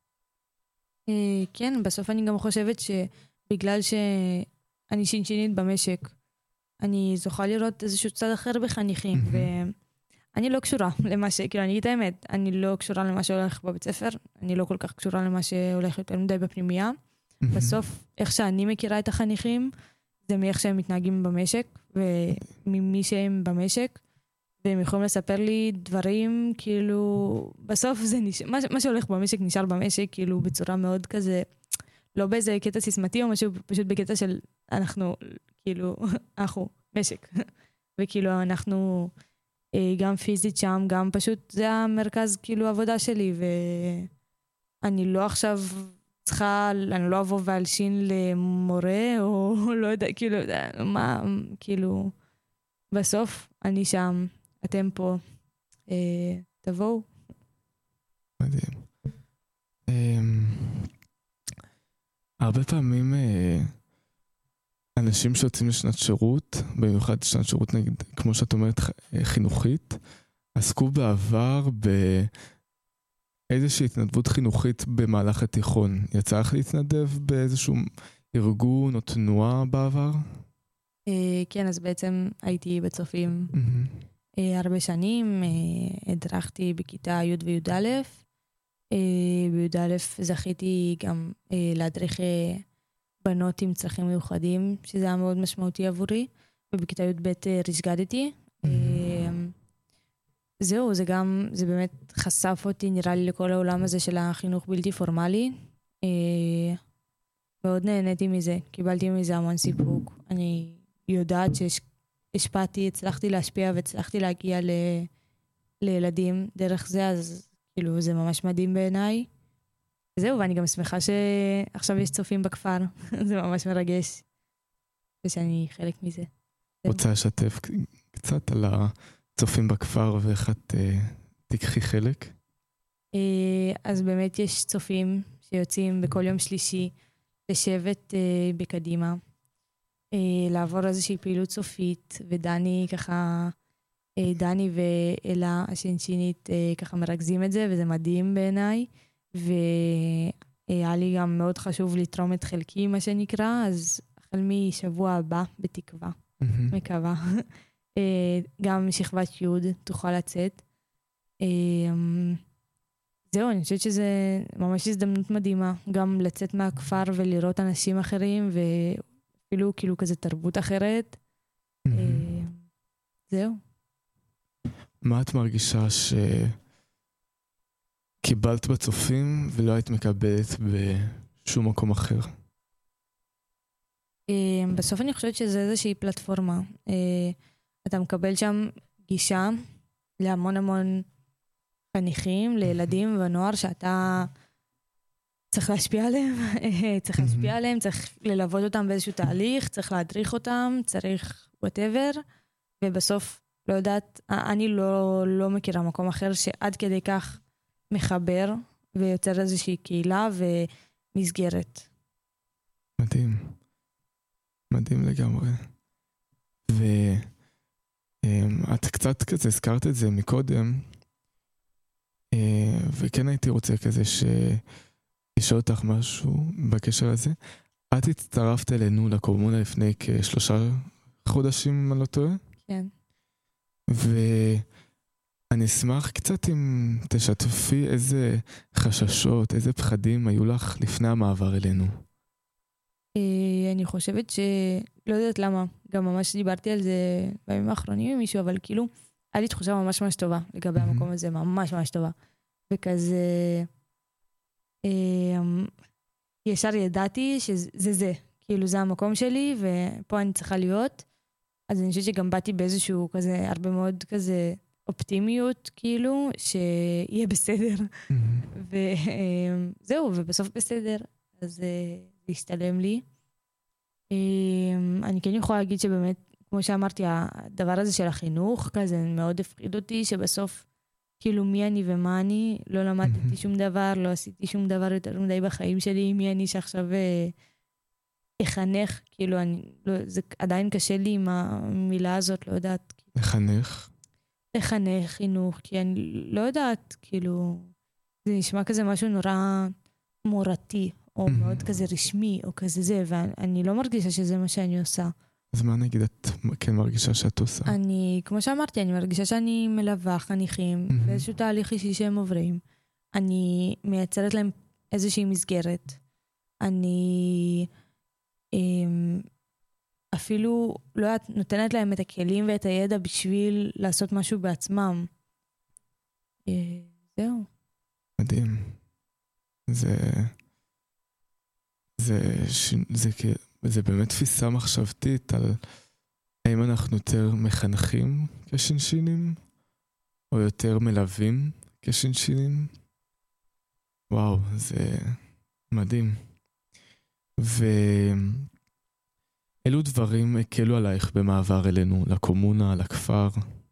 כן, בסוף אני גם חושבת שבגלל שאני שינשינית במשק, אני זוכה לראות איזשהו צד אחר בחניכים, ואני לא קשורה למה כאילו אני אגיד האמת, אני לא קשורה למה שהולך בבית ספר, אני לא כל כך קשורה למה שהולך יותר מדי בפנימייה. בסוף, איך שאני מכירה את החניכים, זה מאיך שהם מתנהגים במשק, וממי שהם במשק, והם יכולים לספר לי דברים, כאילו, בסוף זה מה שהולך במשק נשאר במשק, כאילו, בצורה מאוד כזה, לא באיזה קטע סיסמתי או משהו, פשוט בקטע של אנחנו, כאילו, אנחנו, משק. וכאילו, אנחנו גם פיזית שם, גם פשוט, זה המרכז, כאילו, העבודה שלי, ואני לא עכשיו צריכה, אני לא אבוא ואלשין למורה, או לא יודע, כאילו, מה, כאילו, בסוף אני שם, אתם פה, תבואו. מדהים. הרבה פעמים אנשים שיוצאים לשנת שירות, במיוחד שנת שירות נגיד, כמו שאת אומרת, חינוכית, עסקו בעבר באיזושהי התנדבות חינוכית במהלך התיכון. יצא לך להתנדב באיזשהו ארגון או תנועה בעבר? כן, אז בעצם הייתי בצופים הרבה שנים, הדרכתי בכיתה י' וי"א, בי"א זכיתי גם להדריך בנות עם צרכים מיוחדים, שזה היה מאוד משמעותי עבורי, ובכיתה י"ב רישגדתי. זהו, זה באמת חשף אותי, נראה לי, לכל העולם הזה של החינוך בלתי פורמלי. מאוד נהניתי מזה, קיבלתי מזה המון סיפוק. אני יודעת שהשפעתי, הצלחתי להשפיע והצלחתי להגיע לילדים דרך זה, אז כאילו זה ממש מדהים בעיניי. זהו, ואני גם שמחה שעכשיו יש צופים בכפר, זה ממש מרגש, ושאני חלק מזה. רוצה לשתף קצת על הצופים בכפר ואיך את תיקחי חלק? אז באמת יש צופים שיוצאים בכל יום שלישי לשבת בקדימה, לעבור איזושהי פעילות סופית, ודני ככה, דני ואלה השינשינית ככה מרכזים את זה, וזה מדהים בעיניי, והיה לי גם מאוד חשוב לתרום את חלקי, מה שנקרא, אז החל משבוע הבא, בתקווה, מקווה, גם שכבת י' תוכל לצאת, זהו, אני חושבת שזה ממש הזדמנות מדהימה, גם לצאת מהכפר ולראות אנשים אחרים, ואפילו כאילו כזה תרבות אחרת. זהו. מה את מרגישה שקיבלת בצופים ולא היית מקבלת בשום מקום אחר? בסוף אני חושבת שזה איזושהי פלטפורמה. אתה מקבל שם גישה להמון המון חניכים, לילדים ונוער שאתה צריך להשפיע עליהם, צריך ללוות אותם באיזשהו תהליך, צריך להדריך אותם, צריך whatever, ובסוף לא יודעת, אני לא מכירה מקום אחר שעד כדי כך מחבר ויוצר איזושהי קהילה ומסגרת. מדהים. מדהים לגמרי. ואת קצת כזה הזכרת את זה מקודם, וכן הייתי רוצה כזה לשאול אותך משהו בקשר הזה. את הצטרפת אלינו לקומונה לפני כ3 חודשים, אני לא טועה? כן. ואני אשמח קצת אם תשתפי איזה חששות, איזה פחדים היו לך לפני המעבר אלינו. אני חושבת לא יודעת למה, גם ממש דיברתי על זה בימים האחרונים עם מישהו, אבל כאילו, היה לי תחושה ממש ממש טובה לגבי המקום הזה, ממש ממש טובה. וכזה, ישר ידעתי שזה, כאילו זה המקום שלי, ופה אני צריכה להיות. אז אני חושבת שגם באתי באיזשהו כזה, הרבה מאוד כזה אופטימיות, כאילו, שיהיה בסדר. וזהו, ובסוף בסדר. אז זה השתלם לי. אני כן יכולה להגיד שבאמת, כמו שאמרתי, הדבר הזה של החינוך, כזה מאוד הפחיד אותי, שבסוף, כאילו, מי אני ומה אני, לא למדתי שום דבר, לא עשיתי שום דבר יותר מדי בחיים שלי, מי אני שעכשיו אחנך, כאילו, זה עדיין קשה לי עם המילה הזאת, לא יודעת. לחנך? לחנך, חינוך, כי אני לא יודעת, כאילו, זה נשמע כזה משהו נורא מורתי, או מאוד כזה רשמי, או כזה זה, ואני לא מרגישה שזה מה שאני עושה. אז מה נגיד את כן מרגישה שאת עושה? כמו שאמרתי, אני מרגישה שאני מלווה חניכים באיזשהו תהליך אישי שהם עוברים. אני מייצרת להם איזושהי מסגרת. אני אפילו לא נותנת להם את הכלים ואת הידע בשביל לעשות משהו בעצמם. זהו. מדהים. זה באמת תפיסה מחשבתית על האם אנחנו יותר מחנכים כשינשינים או יותר מלווים כשינשינים. וואו, זה מדהים. ואילו דברים הקלו עלייך במעבר אלינו, לקומונה, לכפר?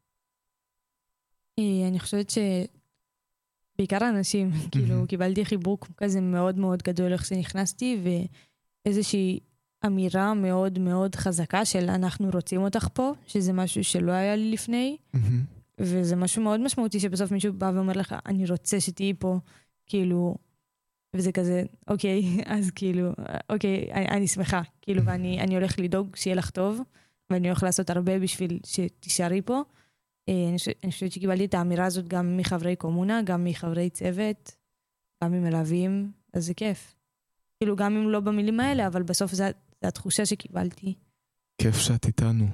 אני חושבת בעיקר האנשים, כאילו קיבלתי חיבוק כזה מאוד מאוד גדול איך שנכנסתי, ואיזושהי אמירה מאוד מאוד חזקה של אנחנו רוצים אותך פה, שזה משהו שלא היה לי לפני, וזה משהו מאוד משמעותי שבסוף מישהו בא ואומר לך, אני רוצה שתהיי פה, כאילו, וזה כזה, אוקיי, אז כאילו, אוקיי, אני שמחה, כאילו, ואני הולך לדאוג שיהיה לך טוב, ואני הולך לעשות הרבה בשביל שתישארי פה. אני חושבת שקיבלתי את האמירה הזאת גם מחברי קומונה, גם מחברי צוות, גם ממלווים, אז זה כיף. כאילו גם אם לא במילים האלה, אבל בסוף זה התחושה שקיבלתי. כיף שאת איתנו.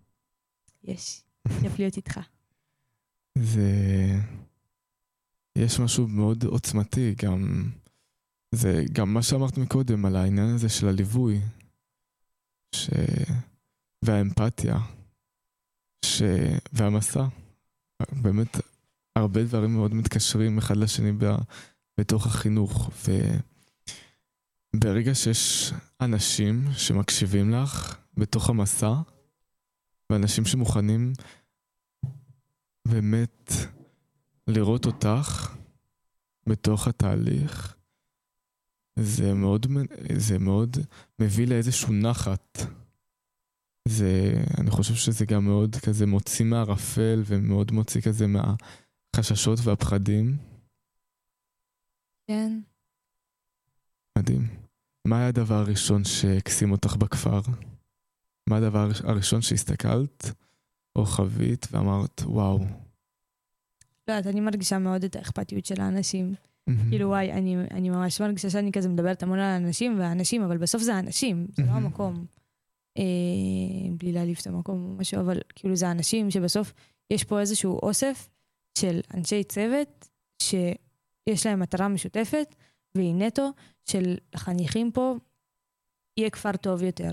כיף להיות איתך. יש משהו מאוד עוצמתי, זה גם מה שאמרת מקודם על העניין הזה של הליווי, והאמפתיה. והמסע, באמת הרבה דברים מאוד מתקשרים אחד לשני בתוך החינוך, וברגע שיש אנשים שמקשיבים לך בתוך המסע, ואנשים שמוכנים באמת לראות אותך בתוך התהליך, זה מאוד מביא לאיזשהו נחת. אני חושב שזה גם מאוד כזה מוציא מהרפל ומאוד מוציא כזה מהחששות והפחדים. כן. מדהים. מה היה הדבר הראשון שהקסים אותך בכפר? מה הדבר הראשון שהסתכלת או חווית ואמרת וואו? לא יודעת, אני מרגישה מאוד את האכפתיות של האנשים. כאילו וואי, אני ממש מרגישה שאני כזה מדברת המון על האנשים והאנשים, אבל בסוף זה האנשים, זה לא המקום. בלי להליף את המקום או משהו, אבל כאילו זה האנשים שבסוף יש פה איזשהו אוסף של אנשי צוות שיש להם מטרה משותפת, והיא נטו של החניכים פה יהיה כפר טוב יותר.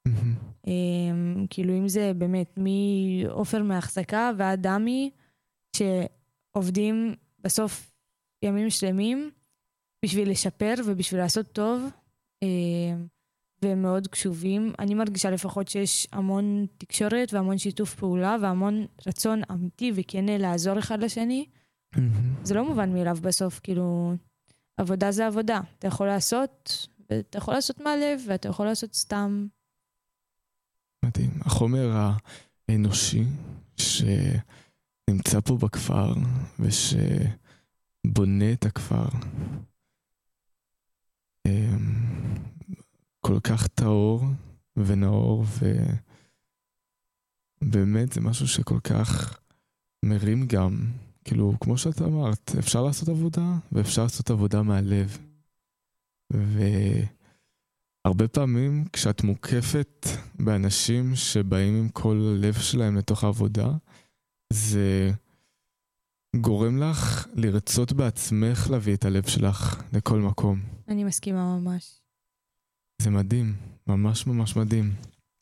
כאילו אם זה באמת מאופר מהחזקה ועד דמי שעובדים בסוף ימים שלמים בשביל לשפר ובשביל לעשות טוב, והם מאוד קשובים. אני מרגישה לפחות שיש המון תקשורת והמון שיתוף פעולה והמון רצון אמיתי וכן לעזור אחד לשני. זה לא מובן מאליו בסוף, כאילו עבודה זה עבודה. אתה יכול לעשות, ואתה יכול לעשות מהלב ואתה יכול לעשות סתם. מדהים. החומר האנושי שנמצא פה בכפר ושבונה את הכפר כל כך טהור ונאור, ובאמת זה משהו שכל כך מרים גם, כאילו כמו שאתה אמרת, אפשר לעשות עבודה ואפשר לעשות עבודה מהלב. והרבה פעמים כשאת מוקפת באנשים שבאים עם כל הלב שלהם לתוך העבודה, זה גורם לך לרצות בעצמך להביא את הלב שלך לכל מקום. אני מסכימה ממש. זה מדהים, ממש ממש מדהים.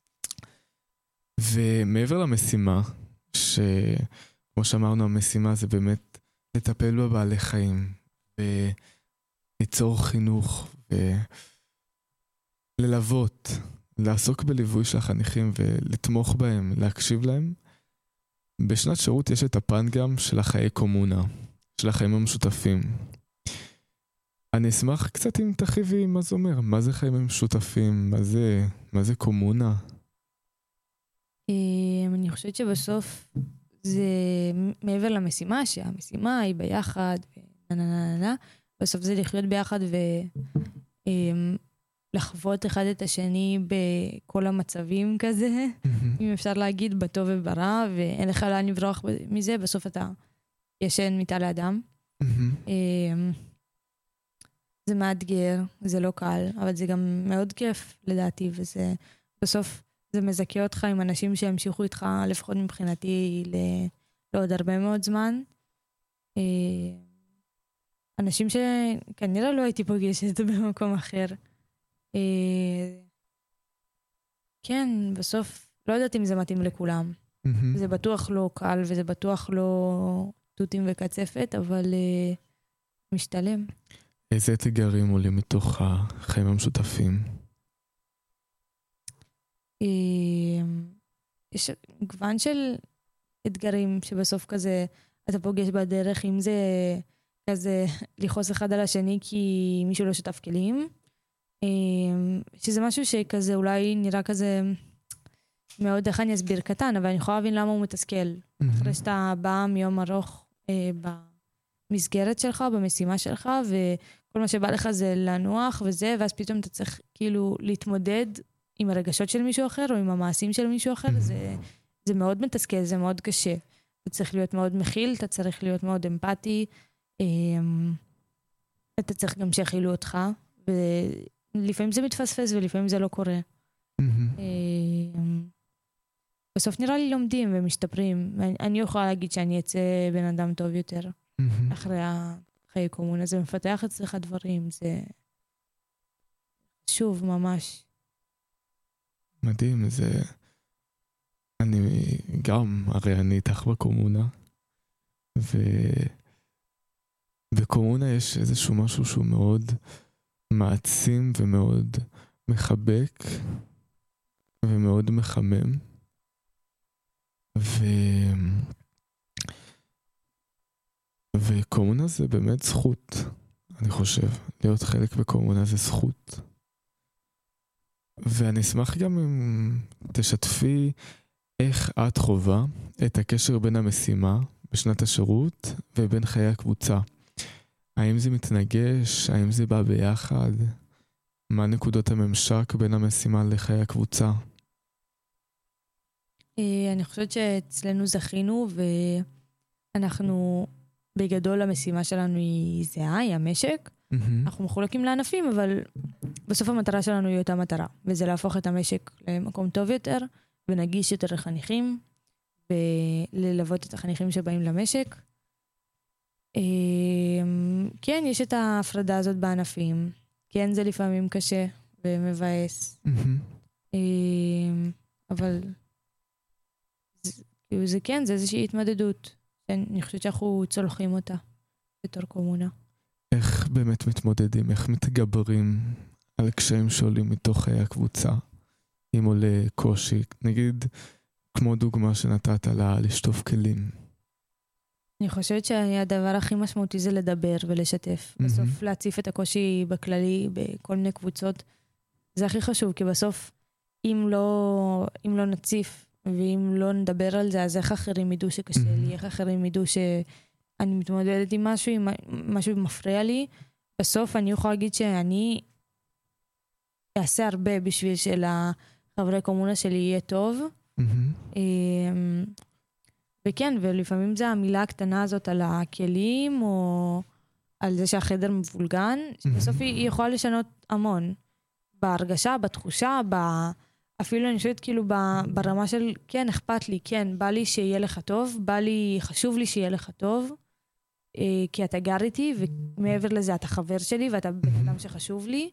ומעבר למשימה, שכמו שאמרנו, המשימה זה באמת לטפל בבעלי חיים, וליצור חינוך, וללוות, לעסוק בליווי של החניכים, ולתמוך בהם, להקשיב להם. בשנת שירות יש את הפן גם של החיי קומונה, של החיים המשותפים. אני אשמח קצת אם תחיבי מה זה אומר, מה זה חיים משותפים, מה זה קומונה? אני חושבת שבסוף זה מעבר למשימה, שהמשימה היא ביחד, בסוף זה לחיות ביחד ולחוות אחד את השני בכל המצבים כזה, אם אפשר להגיד, בטוב וברע, ואין לך לאן לברוח מזה, בסוף אתה ישן מיטה לאדם. זה מאתגר, זה לא קל, אבל זה גם מאוד כיף לדעתי, וזה בסוף זה מזכה אותך עם אנשים שימשיכו איתך, לפחות מבחינתי, לעוד הרבה מאוד זמן. אנשים שכנראה לא הייתי פוגשת במקום אחר. כן, בסוף לא יודעת אם זה מתאים לכולם. זה בטוח לא קל, וזה בטוח לא תותים וקצפת, אבל משתלם. איזה אתגרים עולים מתוך החיים המשותפים? יש גוון של אתגרים שבסוף כזה אתה פוגש בדרך, אם זה כזה לחוס אחד על השני כי מישהו לא שותף כלים, שזה משהו שכזה אולי נראה כזה מאוד, איך אני אסביר, קטן, אבל אני יכולה להבין למה הוא מתסכל. אחרי שאתה בא מיום ארוך במסגרת שלך, במשימה שלך, וכל מה שבא לך זה לנוח וזה, ואז פתאום אתה צריך כאילו להתמודד עם הרגשות של מישהו אחר, או עם המעשים של מישהו אחר, זה מאוד מתסכל, זה מאוד קשה. אתה צריך להיות מאוד מכיל, אתה צריך להיות מאוד אמפתי, אתה צריך גם שיכילו אותך, ולפעמים זה מתפספס, ולפעמים זה לא קורה. בסוף נראה לי לומדים ומשתפרים. אני יכולה להגיד שאני אצא בן אדם טוב יותר, אחרי החיי קומונה. זה מפתח אצלך דברים, זה שוב ממש. מדהים, זה... אני גם, הרי אני איתך בקומונה, ובקומונה יש איזשהו משהו שהוא מאוד מעצים ומאוד מחבק ומאוד מחמם, וקומונה זה באמת זכות, אני חושב. להיות חלק בקומונה זה זכות. ואני אשמח גם אם תשתפי איך את חובה את הקשר בין המשימה בשנת השירות ובין חיי הקבוצה. האם זה מתנגש? האם זה בא ביחד? מה נקודות הממשק בין המשימה לחיי הקבוצה? אני חושבת שאצלנו זכינו, ואנחנו בגדול המשימה שלנו היא זהה, היא המשק. אנחנו מחולקים לענפים, אבל בסוף המטרה שלנו היא אותה מטרה, וזה להפוך את המשק למקום טוב יותר, ונגיש יותר לחניכים, וללוות את החניכים שבאים למשק. כן, יש את ההפרדה הזאת בענפים. כן, זה לפעמים קשה ומבאס. אבל זה כן, זה איזושהי התמודדות. אני חושבת שאנחנו צולחים אותה בתור קומונה. איך באמת מתמודדים? איך מתגברים על קשיים שעולים מתוך הקבוצה? אם עולה קושי, נגיד, כמו דוגמה שנתת לה לשטוף כלים. אני חושבת שהדבר הכי משמעותי זה לדבר ולשתף. בסוף להציף את הקושי בכללי, בכל מיני קבוצות. זה הכי חשוב, כי בסוף, אם לא נציף, ואם לא נדבר על זה, אז איך אחרים ידעו שקשה לי, איך אחרים ידעו שאני מתמודדת עם משהו מפריע לי. בסוף אני יכולה להגיד שאני אעשה הרבה בשביל שלחברי קומונה שלי יהיה טוב. וכן, ולפעמים זה המילה הקטנה הזאת על הכלים, או על זה שהחדר מבולגן, שבסוף היא יכולה לשנות המון. בהרגשה, בתחושה, אפילו אני חושבת כאילו ברמה של, כן, אכפת לי, כן, בא לי שיהיה לך טוב, חשוב לי שיהיה לך טוב, כי אתה גר איתי, ומעבר לזה אתה חבר שלי, ואתה בן אדם שחשוב לי.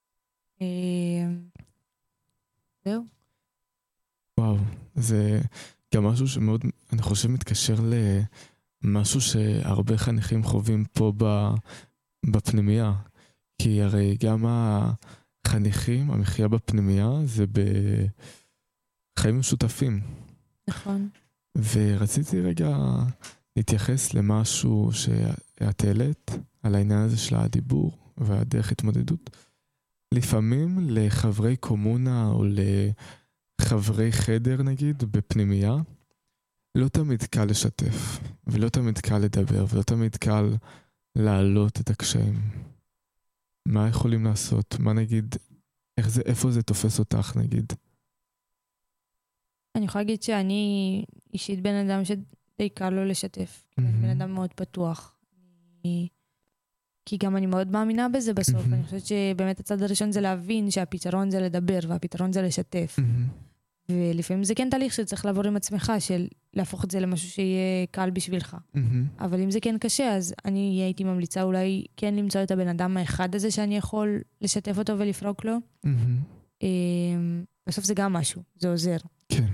זהו. וואו, זה גם משהו שמאוד, אני חושב, מתקשר למשהו שהרבה חניכים חווים פה בפנימייה. כי הרי גם החניכים, המחיה בפנימייה, זה בחיים משותפים. נכון. ורציתי רגע להתייחס למשהו שאת העלית, על העניין הזה של הדיבור והדרך התמודדות. לפעמים לחברי קומונה או לחברי חדר נגיד בפנימייה, לא תמיד קל לשתף, ולא תמיד קל לדבר, ולא תמיד קל להעלות את הקשיים. מה יכולים לעשות? מה נגיד, איפה זה תופס אותך נגיד? אני יכולה להגיד שאני אישית בן אדם שדי קל לו לשתף. אני בן אדם מאוד פתוח. כי גם אני מאוד מאמינה בזה בסוף. אני חושבת שבאמת הצד הראשון זה להבין שהפתרון זה לדבר, והפתרון זה לשתף. ולפעמים זה כן תהליך שצריך לעבור עם עצמך, של להפוך את זה למשהו שיהיה קל בשבילך. אבל אם זה כן קשה, אז אני הייתי ממליצה אולי כן למצוא את הבן אדם האחד הזה שאני יכול לשתף אותו ולפרוק לו. בסוף זה גם משהו, זה עוזר. כן.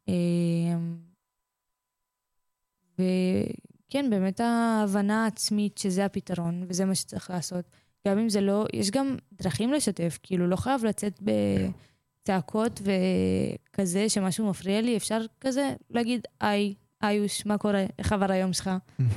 וכן, באמת ההבנה העצמית שזה הפתרון, וזה מה שצריך לעשות. גם אם זה לא, יש גם דרכים לשתף, כאילו לא חייב לצאת צעקות וכזה שמשהו מפריע לי, אפשר כזה להגיד, איוש, מה קורה? איך עבר היום שלך?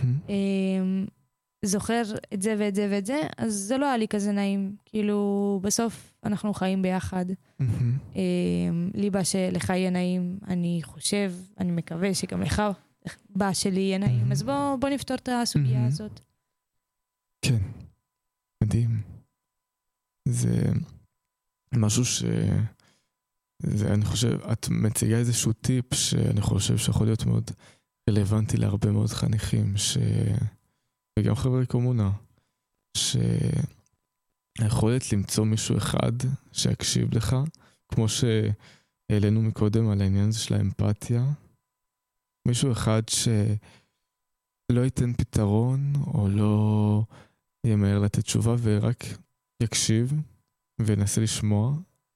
זוכר את זה ואת זה ואת זה, אז זה לא היה לי כזה נעים. כאילו, בסוף אנחנו חיים ביחד. לי בא שלך יהיה נעים, אני חושב, אני מקווה שגם לך בא שלי יהיה נעים. אז בוא נפתור את הסוגיה הזאת. כן, מדהים. זה משהו אני חושב, את מציגה איזשהו טיפ שאני חושב שיכול להיות מאוד רלוונטי להרבה מאוד חניכים, וגם חברי קומונה, שהיכולת למצוא מישהו אחד שיקשיב לך, כמו שהעלינו מקודם על העניין הזה של האמפתיה, מישהו אחד שלא ייתן פתרון, או לא ימהר לתת תשובה, ורק יקשיב וינסה לשמוע,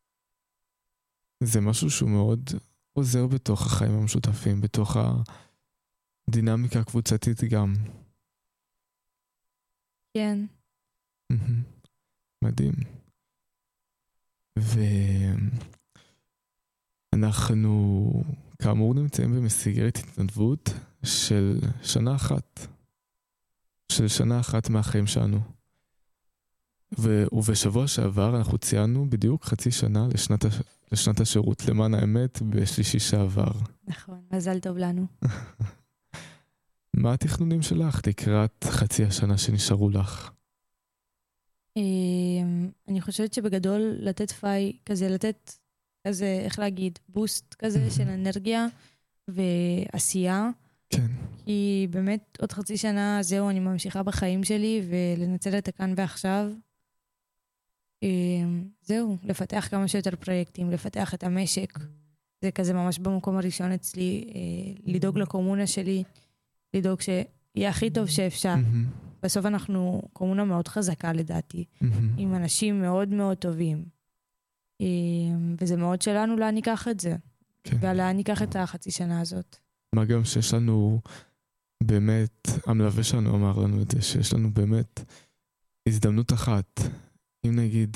זה משהו שהוא מאוד עוזר בתוך החיים המשותפים, בתוך הדינמיקה הקבוצתית גם. כן. מדהים. ואנחנו כאמור נמצאים במסגרת התנדבות של שנה אחת מהחיים שלנו. ובשבוע שעבר אנחנו ציינו בדיוק חצי שנה לשנת השירות, למען האמת, בשלישי שעבר. נכון, מזל טוב לנו. מה התכנונים שלך לקראת חצי השנה שנשארו לך? אני חושבת שבגדול לתת לתת כזה, איך להגיד, בוסט כזה של אנרגיה ועשייה. כן. כי באמת עוד חצי שנה, זהו, אני ממשיכה בחיים שלי, ולנצל את הכאן ועכשיו. זהו, לפתח כמה שיותר פרויקטים, לפתח את המשק. זה כזה ממש במקום הראשון אצלי, לדאוג לקומונה שלי, לדאוג שיהיה הכי טוב שאפשר. בסוף אנחנו קומונה מאוד חזקה לדעתי, עם אנשים מאוד מאוד טובים. וזה מאוד שלנו לאן ניקח את זה. ולאן ניקח את החצי שנה הזאת. מה גם שיש לנו באמת, המלווה שלנו אמר לנו את זה, שיש לנו באמת הזדמנות אחת. אם נגיד,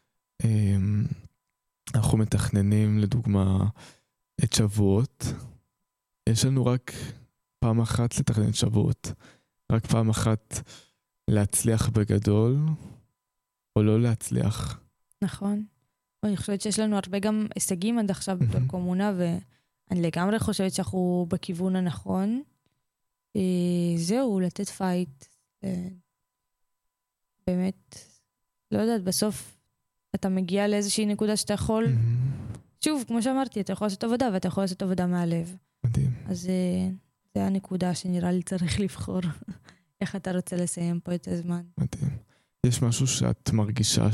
אנחנו מתכננים לדוגמה את שבועות, יש לנו רק פעם אחת לתכנן את שבועות, רק פעם אחת להצליח בגדול, או לא להצליח. נכון. אני חושבת שיש לנו הרבה גם הישגים עד עכשיו בתור קומונה, ואני לגמרי חושבת שאנחנו בכיוון הנכון. זהו, לתת פייט. באמת, לא יודעת, בסוף אתה מגיע לאיזושהי נקודה שאתה יכול, שוב, כמו שאמרתי, אתה יכול לעשות עבודה, ואתה יכול לעשות עבודה מהלב. מדהים. אז זה הנקודה שנראה לי צריך לבחור. איך אתה רוצה לסיים פה את הזמן. מדהים. יש משהו שאת מרגישה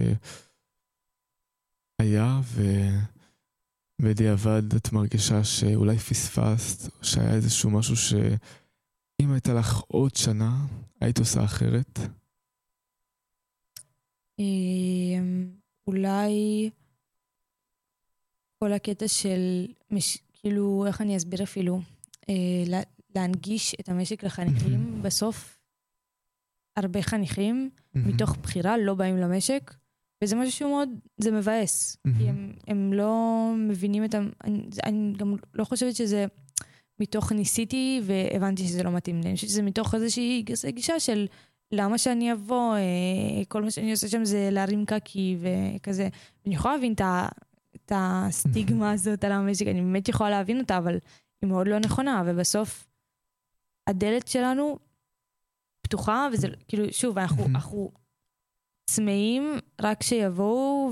היה ובדיעבד את מרגישה שאולי פספסת, או שהיה איזשהו משהו שאם הייתה לך עוד שנה, היית עושה אחרת? אולי כל הקטע של, כאילו, איך אני אסביר אפילו, להנגיש את המשק לחניכים. בסוף, הרבה חניכים מתוך בחירה לא באים למשק, וזה משהו שהוא מאוד, זה מבאס. כי הם לא מבינים את אני גם לא חושבת שזה מתוך ניסיתי, והבנתי שזה לא מתאים לי. אני חושבת שזה מתוך איזושהי גישה של למה שאני אבוא, כל מה שאני עושה שם זה להרים קקי וכזה. אני יכולה להבין את הסטיגמה הזאת על המשק, אני באמת יכולה להבין אותה, אבל היא מאוד לא נכונה, ובסוף הדלת שלנו פתוחה, וזה כאילו, שוב, אנחנו צמאים רק שיבואו,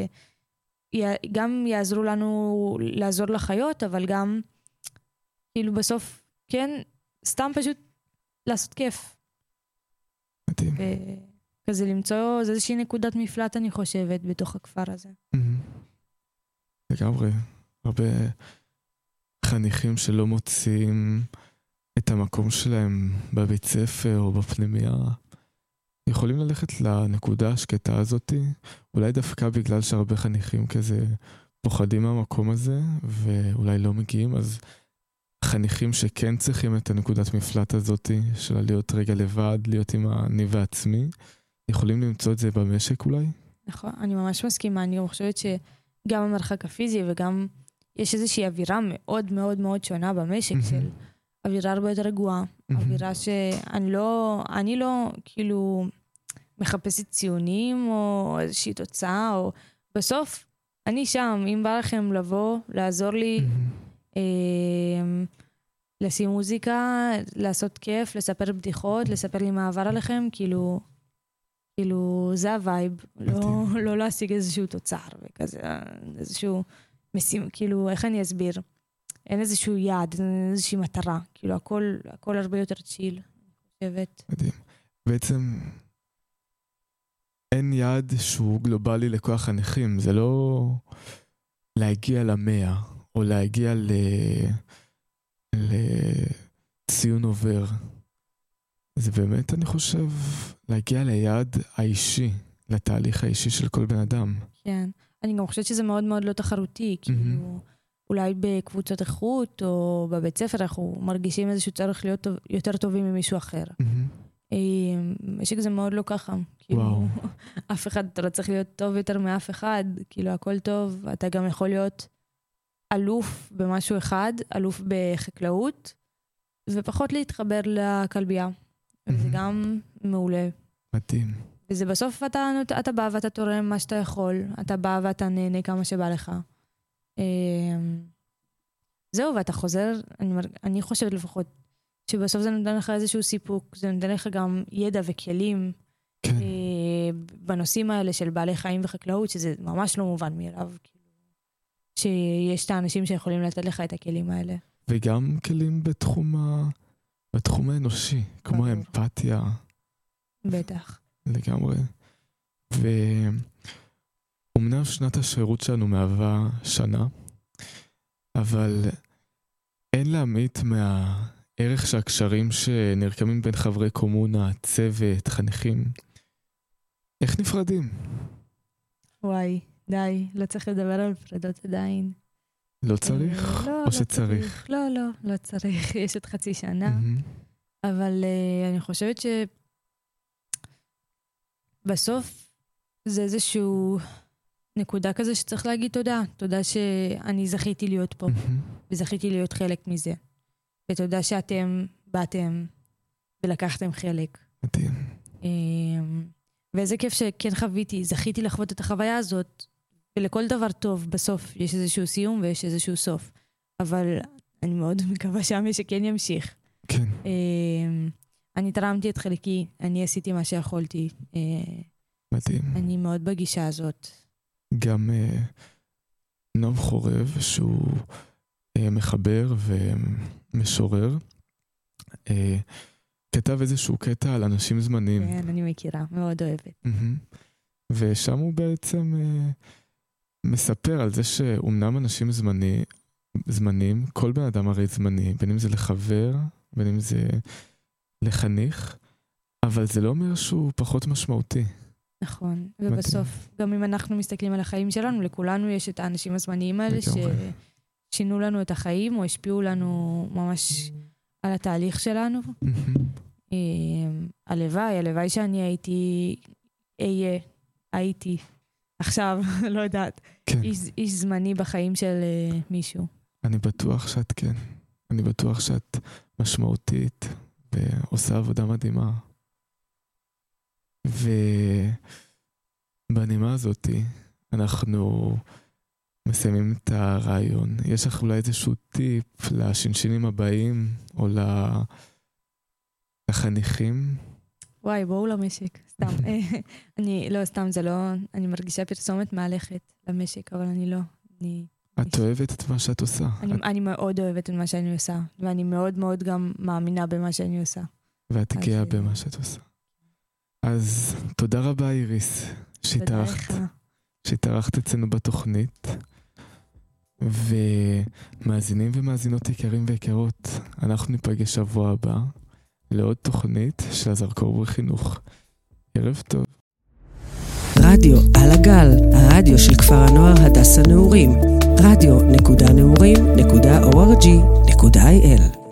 וגם יעזרו לנו לעזור לחיות, אבל גם, כאילו בסוף, כן, סתם פשוט לעשות כיף. מדהים. וכזה למצוא איזושהי נקודת מפלט, אני חושבת, בתוך הכפר הזה. לגמרי. הרבה חניכים שלא מוצאים את המקום שלהם בבית ספר או בפנימיה, יכולים ללכת לנקודה השקטה הזאת, אולי דווקא בגלל שהרבה חניכים כזה פוחדים מהמקום הזה, ואולי לא מגיעים, אז חניכים שכן צריכים את הנקודת מפלט הזאת, של להיות רגע לבד, להיות עם אני ועצמי, יכולים למצוא את זה במשק אולי? נכון, אני ממש מסכימה, אני חושבת שגם המרחק הפיזי וגם יש איזושהי אווירה מאוד מאוד מאוד שונה במשק של אווירה הרבה יותר רגועה, אווירה שאני לא כאילו מחפשת ציונים או איזושהי תוצאה, או בסוף אני שם, אם בא לכם לבוא, לעזור לי, לשים מוזיקה, לעשות כיף, לספר בדיחות, לספר לי מה עבר עליכם, כאילו זה הווייב, לא להשיג איזשהו תוצר וכזה, איזשהו משימה, כאילו איך אני אסביר? אין איזשהו יעד, אין איזושהי מטרה, כאילו הכל הרבה יותר צ'יל, אני חושבת. מדהים. בעצם אין יעד שהוא גלובלי לכוח הנכים, זה לא להגיע ל100, או להגיע לציון עובר. זה באמת, אני חושב, להגיע ליעד האישי, לתהליך האישי של כל בן אדם. כן, אני גם חושבת שזה מאוד מאוד לא תחרותי, כאילו אולי בקבוצות איכות או בבית ספר אנחנו מרגישים איזשהו צורך להיות יותר טובים ממישהו אחר. משק זה מאוד לא ככה, כאילו אף אחד, אתה לא צריך להיות טוב יותר מאף אחד, כאילו הכל טוב, אתה גם יכול להיות אלוף במשהו אחד, אלוף בחקלאות, ופחות להתחבר לכלבייה. וזה גם מעולה. מדהים. וזה בסוף אתה בא ואתה תורם מה שאתה יכול, אתה בא ואתה נהנה כמה שבא לך. זהו, ואתה חוזר, אני חושבת לפחות, שבסוף זה נותן לך איזשהו סיפוק, זה נותן לך גם ידע וכלים, כן. בנושאים האלה של בעלי חיים וחקלאות, שזה ממש לא מובן מאליו, שיש את האנשים שיכולים לתת לך את הכלים האלה. וגם כלים בתחום בתחום האנושי, כמו האמפתיה. בטח. לגמרי. ואומנם שנת השירות שלנו מהווה שנה, אבל אין להמעיט מהערך שהקשרים שנרקמים בין חברי קומונה, צוות, חניכים. איך נפרדים? וואי, די, לא צריך לדבר על פרדות עדיין. לא צריך? לא, או שצריך? לא צריך. יש עוד חצי שנה. אבל אני חושבת שבסוף זה איזשהו נקודה כזה שצריך להגיד תודה. תודה שאני זכיתי להיות פה, וזכיתי להיות חלק מזה. ותודה שאתם באתם ולקחתם חלק. מדהים. ואיזה כיף שכן חוויתי, זכיתי לחוות את החוויה הזאת, ולכל דבר טוב בסוף יש איזשהו סיום ויש איזשהו סוף. אבל אני מאוד מקווה שהמשק כן ימשיך. כן. אני תרמתי את חלקי, אני עשיתי מה שיכולתי. מדהים. אני מאוד בגישה הזאת. גם נועם חורב, שהוא מחבר ומשורר, כתב איזשהו קטע על אנשים זמניים. כן, אני מכירה, מאוד אוהבת. ושם הוא בעצם מספר על זה שאומנם אנשים זמניים, כל בן אדם הרי זמני, בין אם זה לחבר, בין אם זה לחניך, אבל זה לא אומר שהוא פחות משמעותי. נכון, ובסוף, גם אם אנחנו מסתכלים על החיים שלנו, לכולנו יש את האנשים הזמניים האלה ששינו לנו את החיים, או השפיעו לנו ממש על התהליך שלנו. הלוואי שאני הייתי, עכשיו, לא יודעת, איש זמני בחיים של מישהו. אני בטוח שאת כן. אני בטוח שאת משמעותית ועושה עבודה מדהימה. ובנימה הזאת אנחנו מסיימים את הרעיון. יש לך אולי איזשהו טיפ לשינשינים הבאים או לחניכים? וואי, בואו למשק, סתם. לא, סתם, זה לא, אני מרגישה פרסומת מהלכת למשק, אבל אני לא. את אוהבת את מה שאת עושה. אני מאוד אוהבת את מה שאני עושה, ואני מאוד מאוד גם מאמינה במה שאני עושה. ואת גאה במה שאת עושה. אז תודה רבה איריס, שהתארחת אצלנו בתוכנית, ומאזינים ומאזינות יקרים ויקרות, אנחנו ניפגש שבוע הבא לעוד תוכנית של הזרקור בחינוך. ערב טוב. רדיו על הגל, הרדיו של כפר הנוער הדס הנעורים, רדיו.נעורים.org.il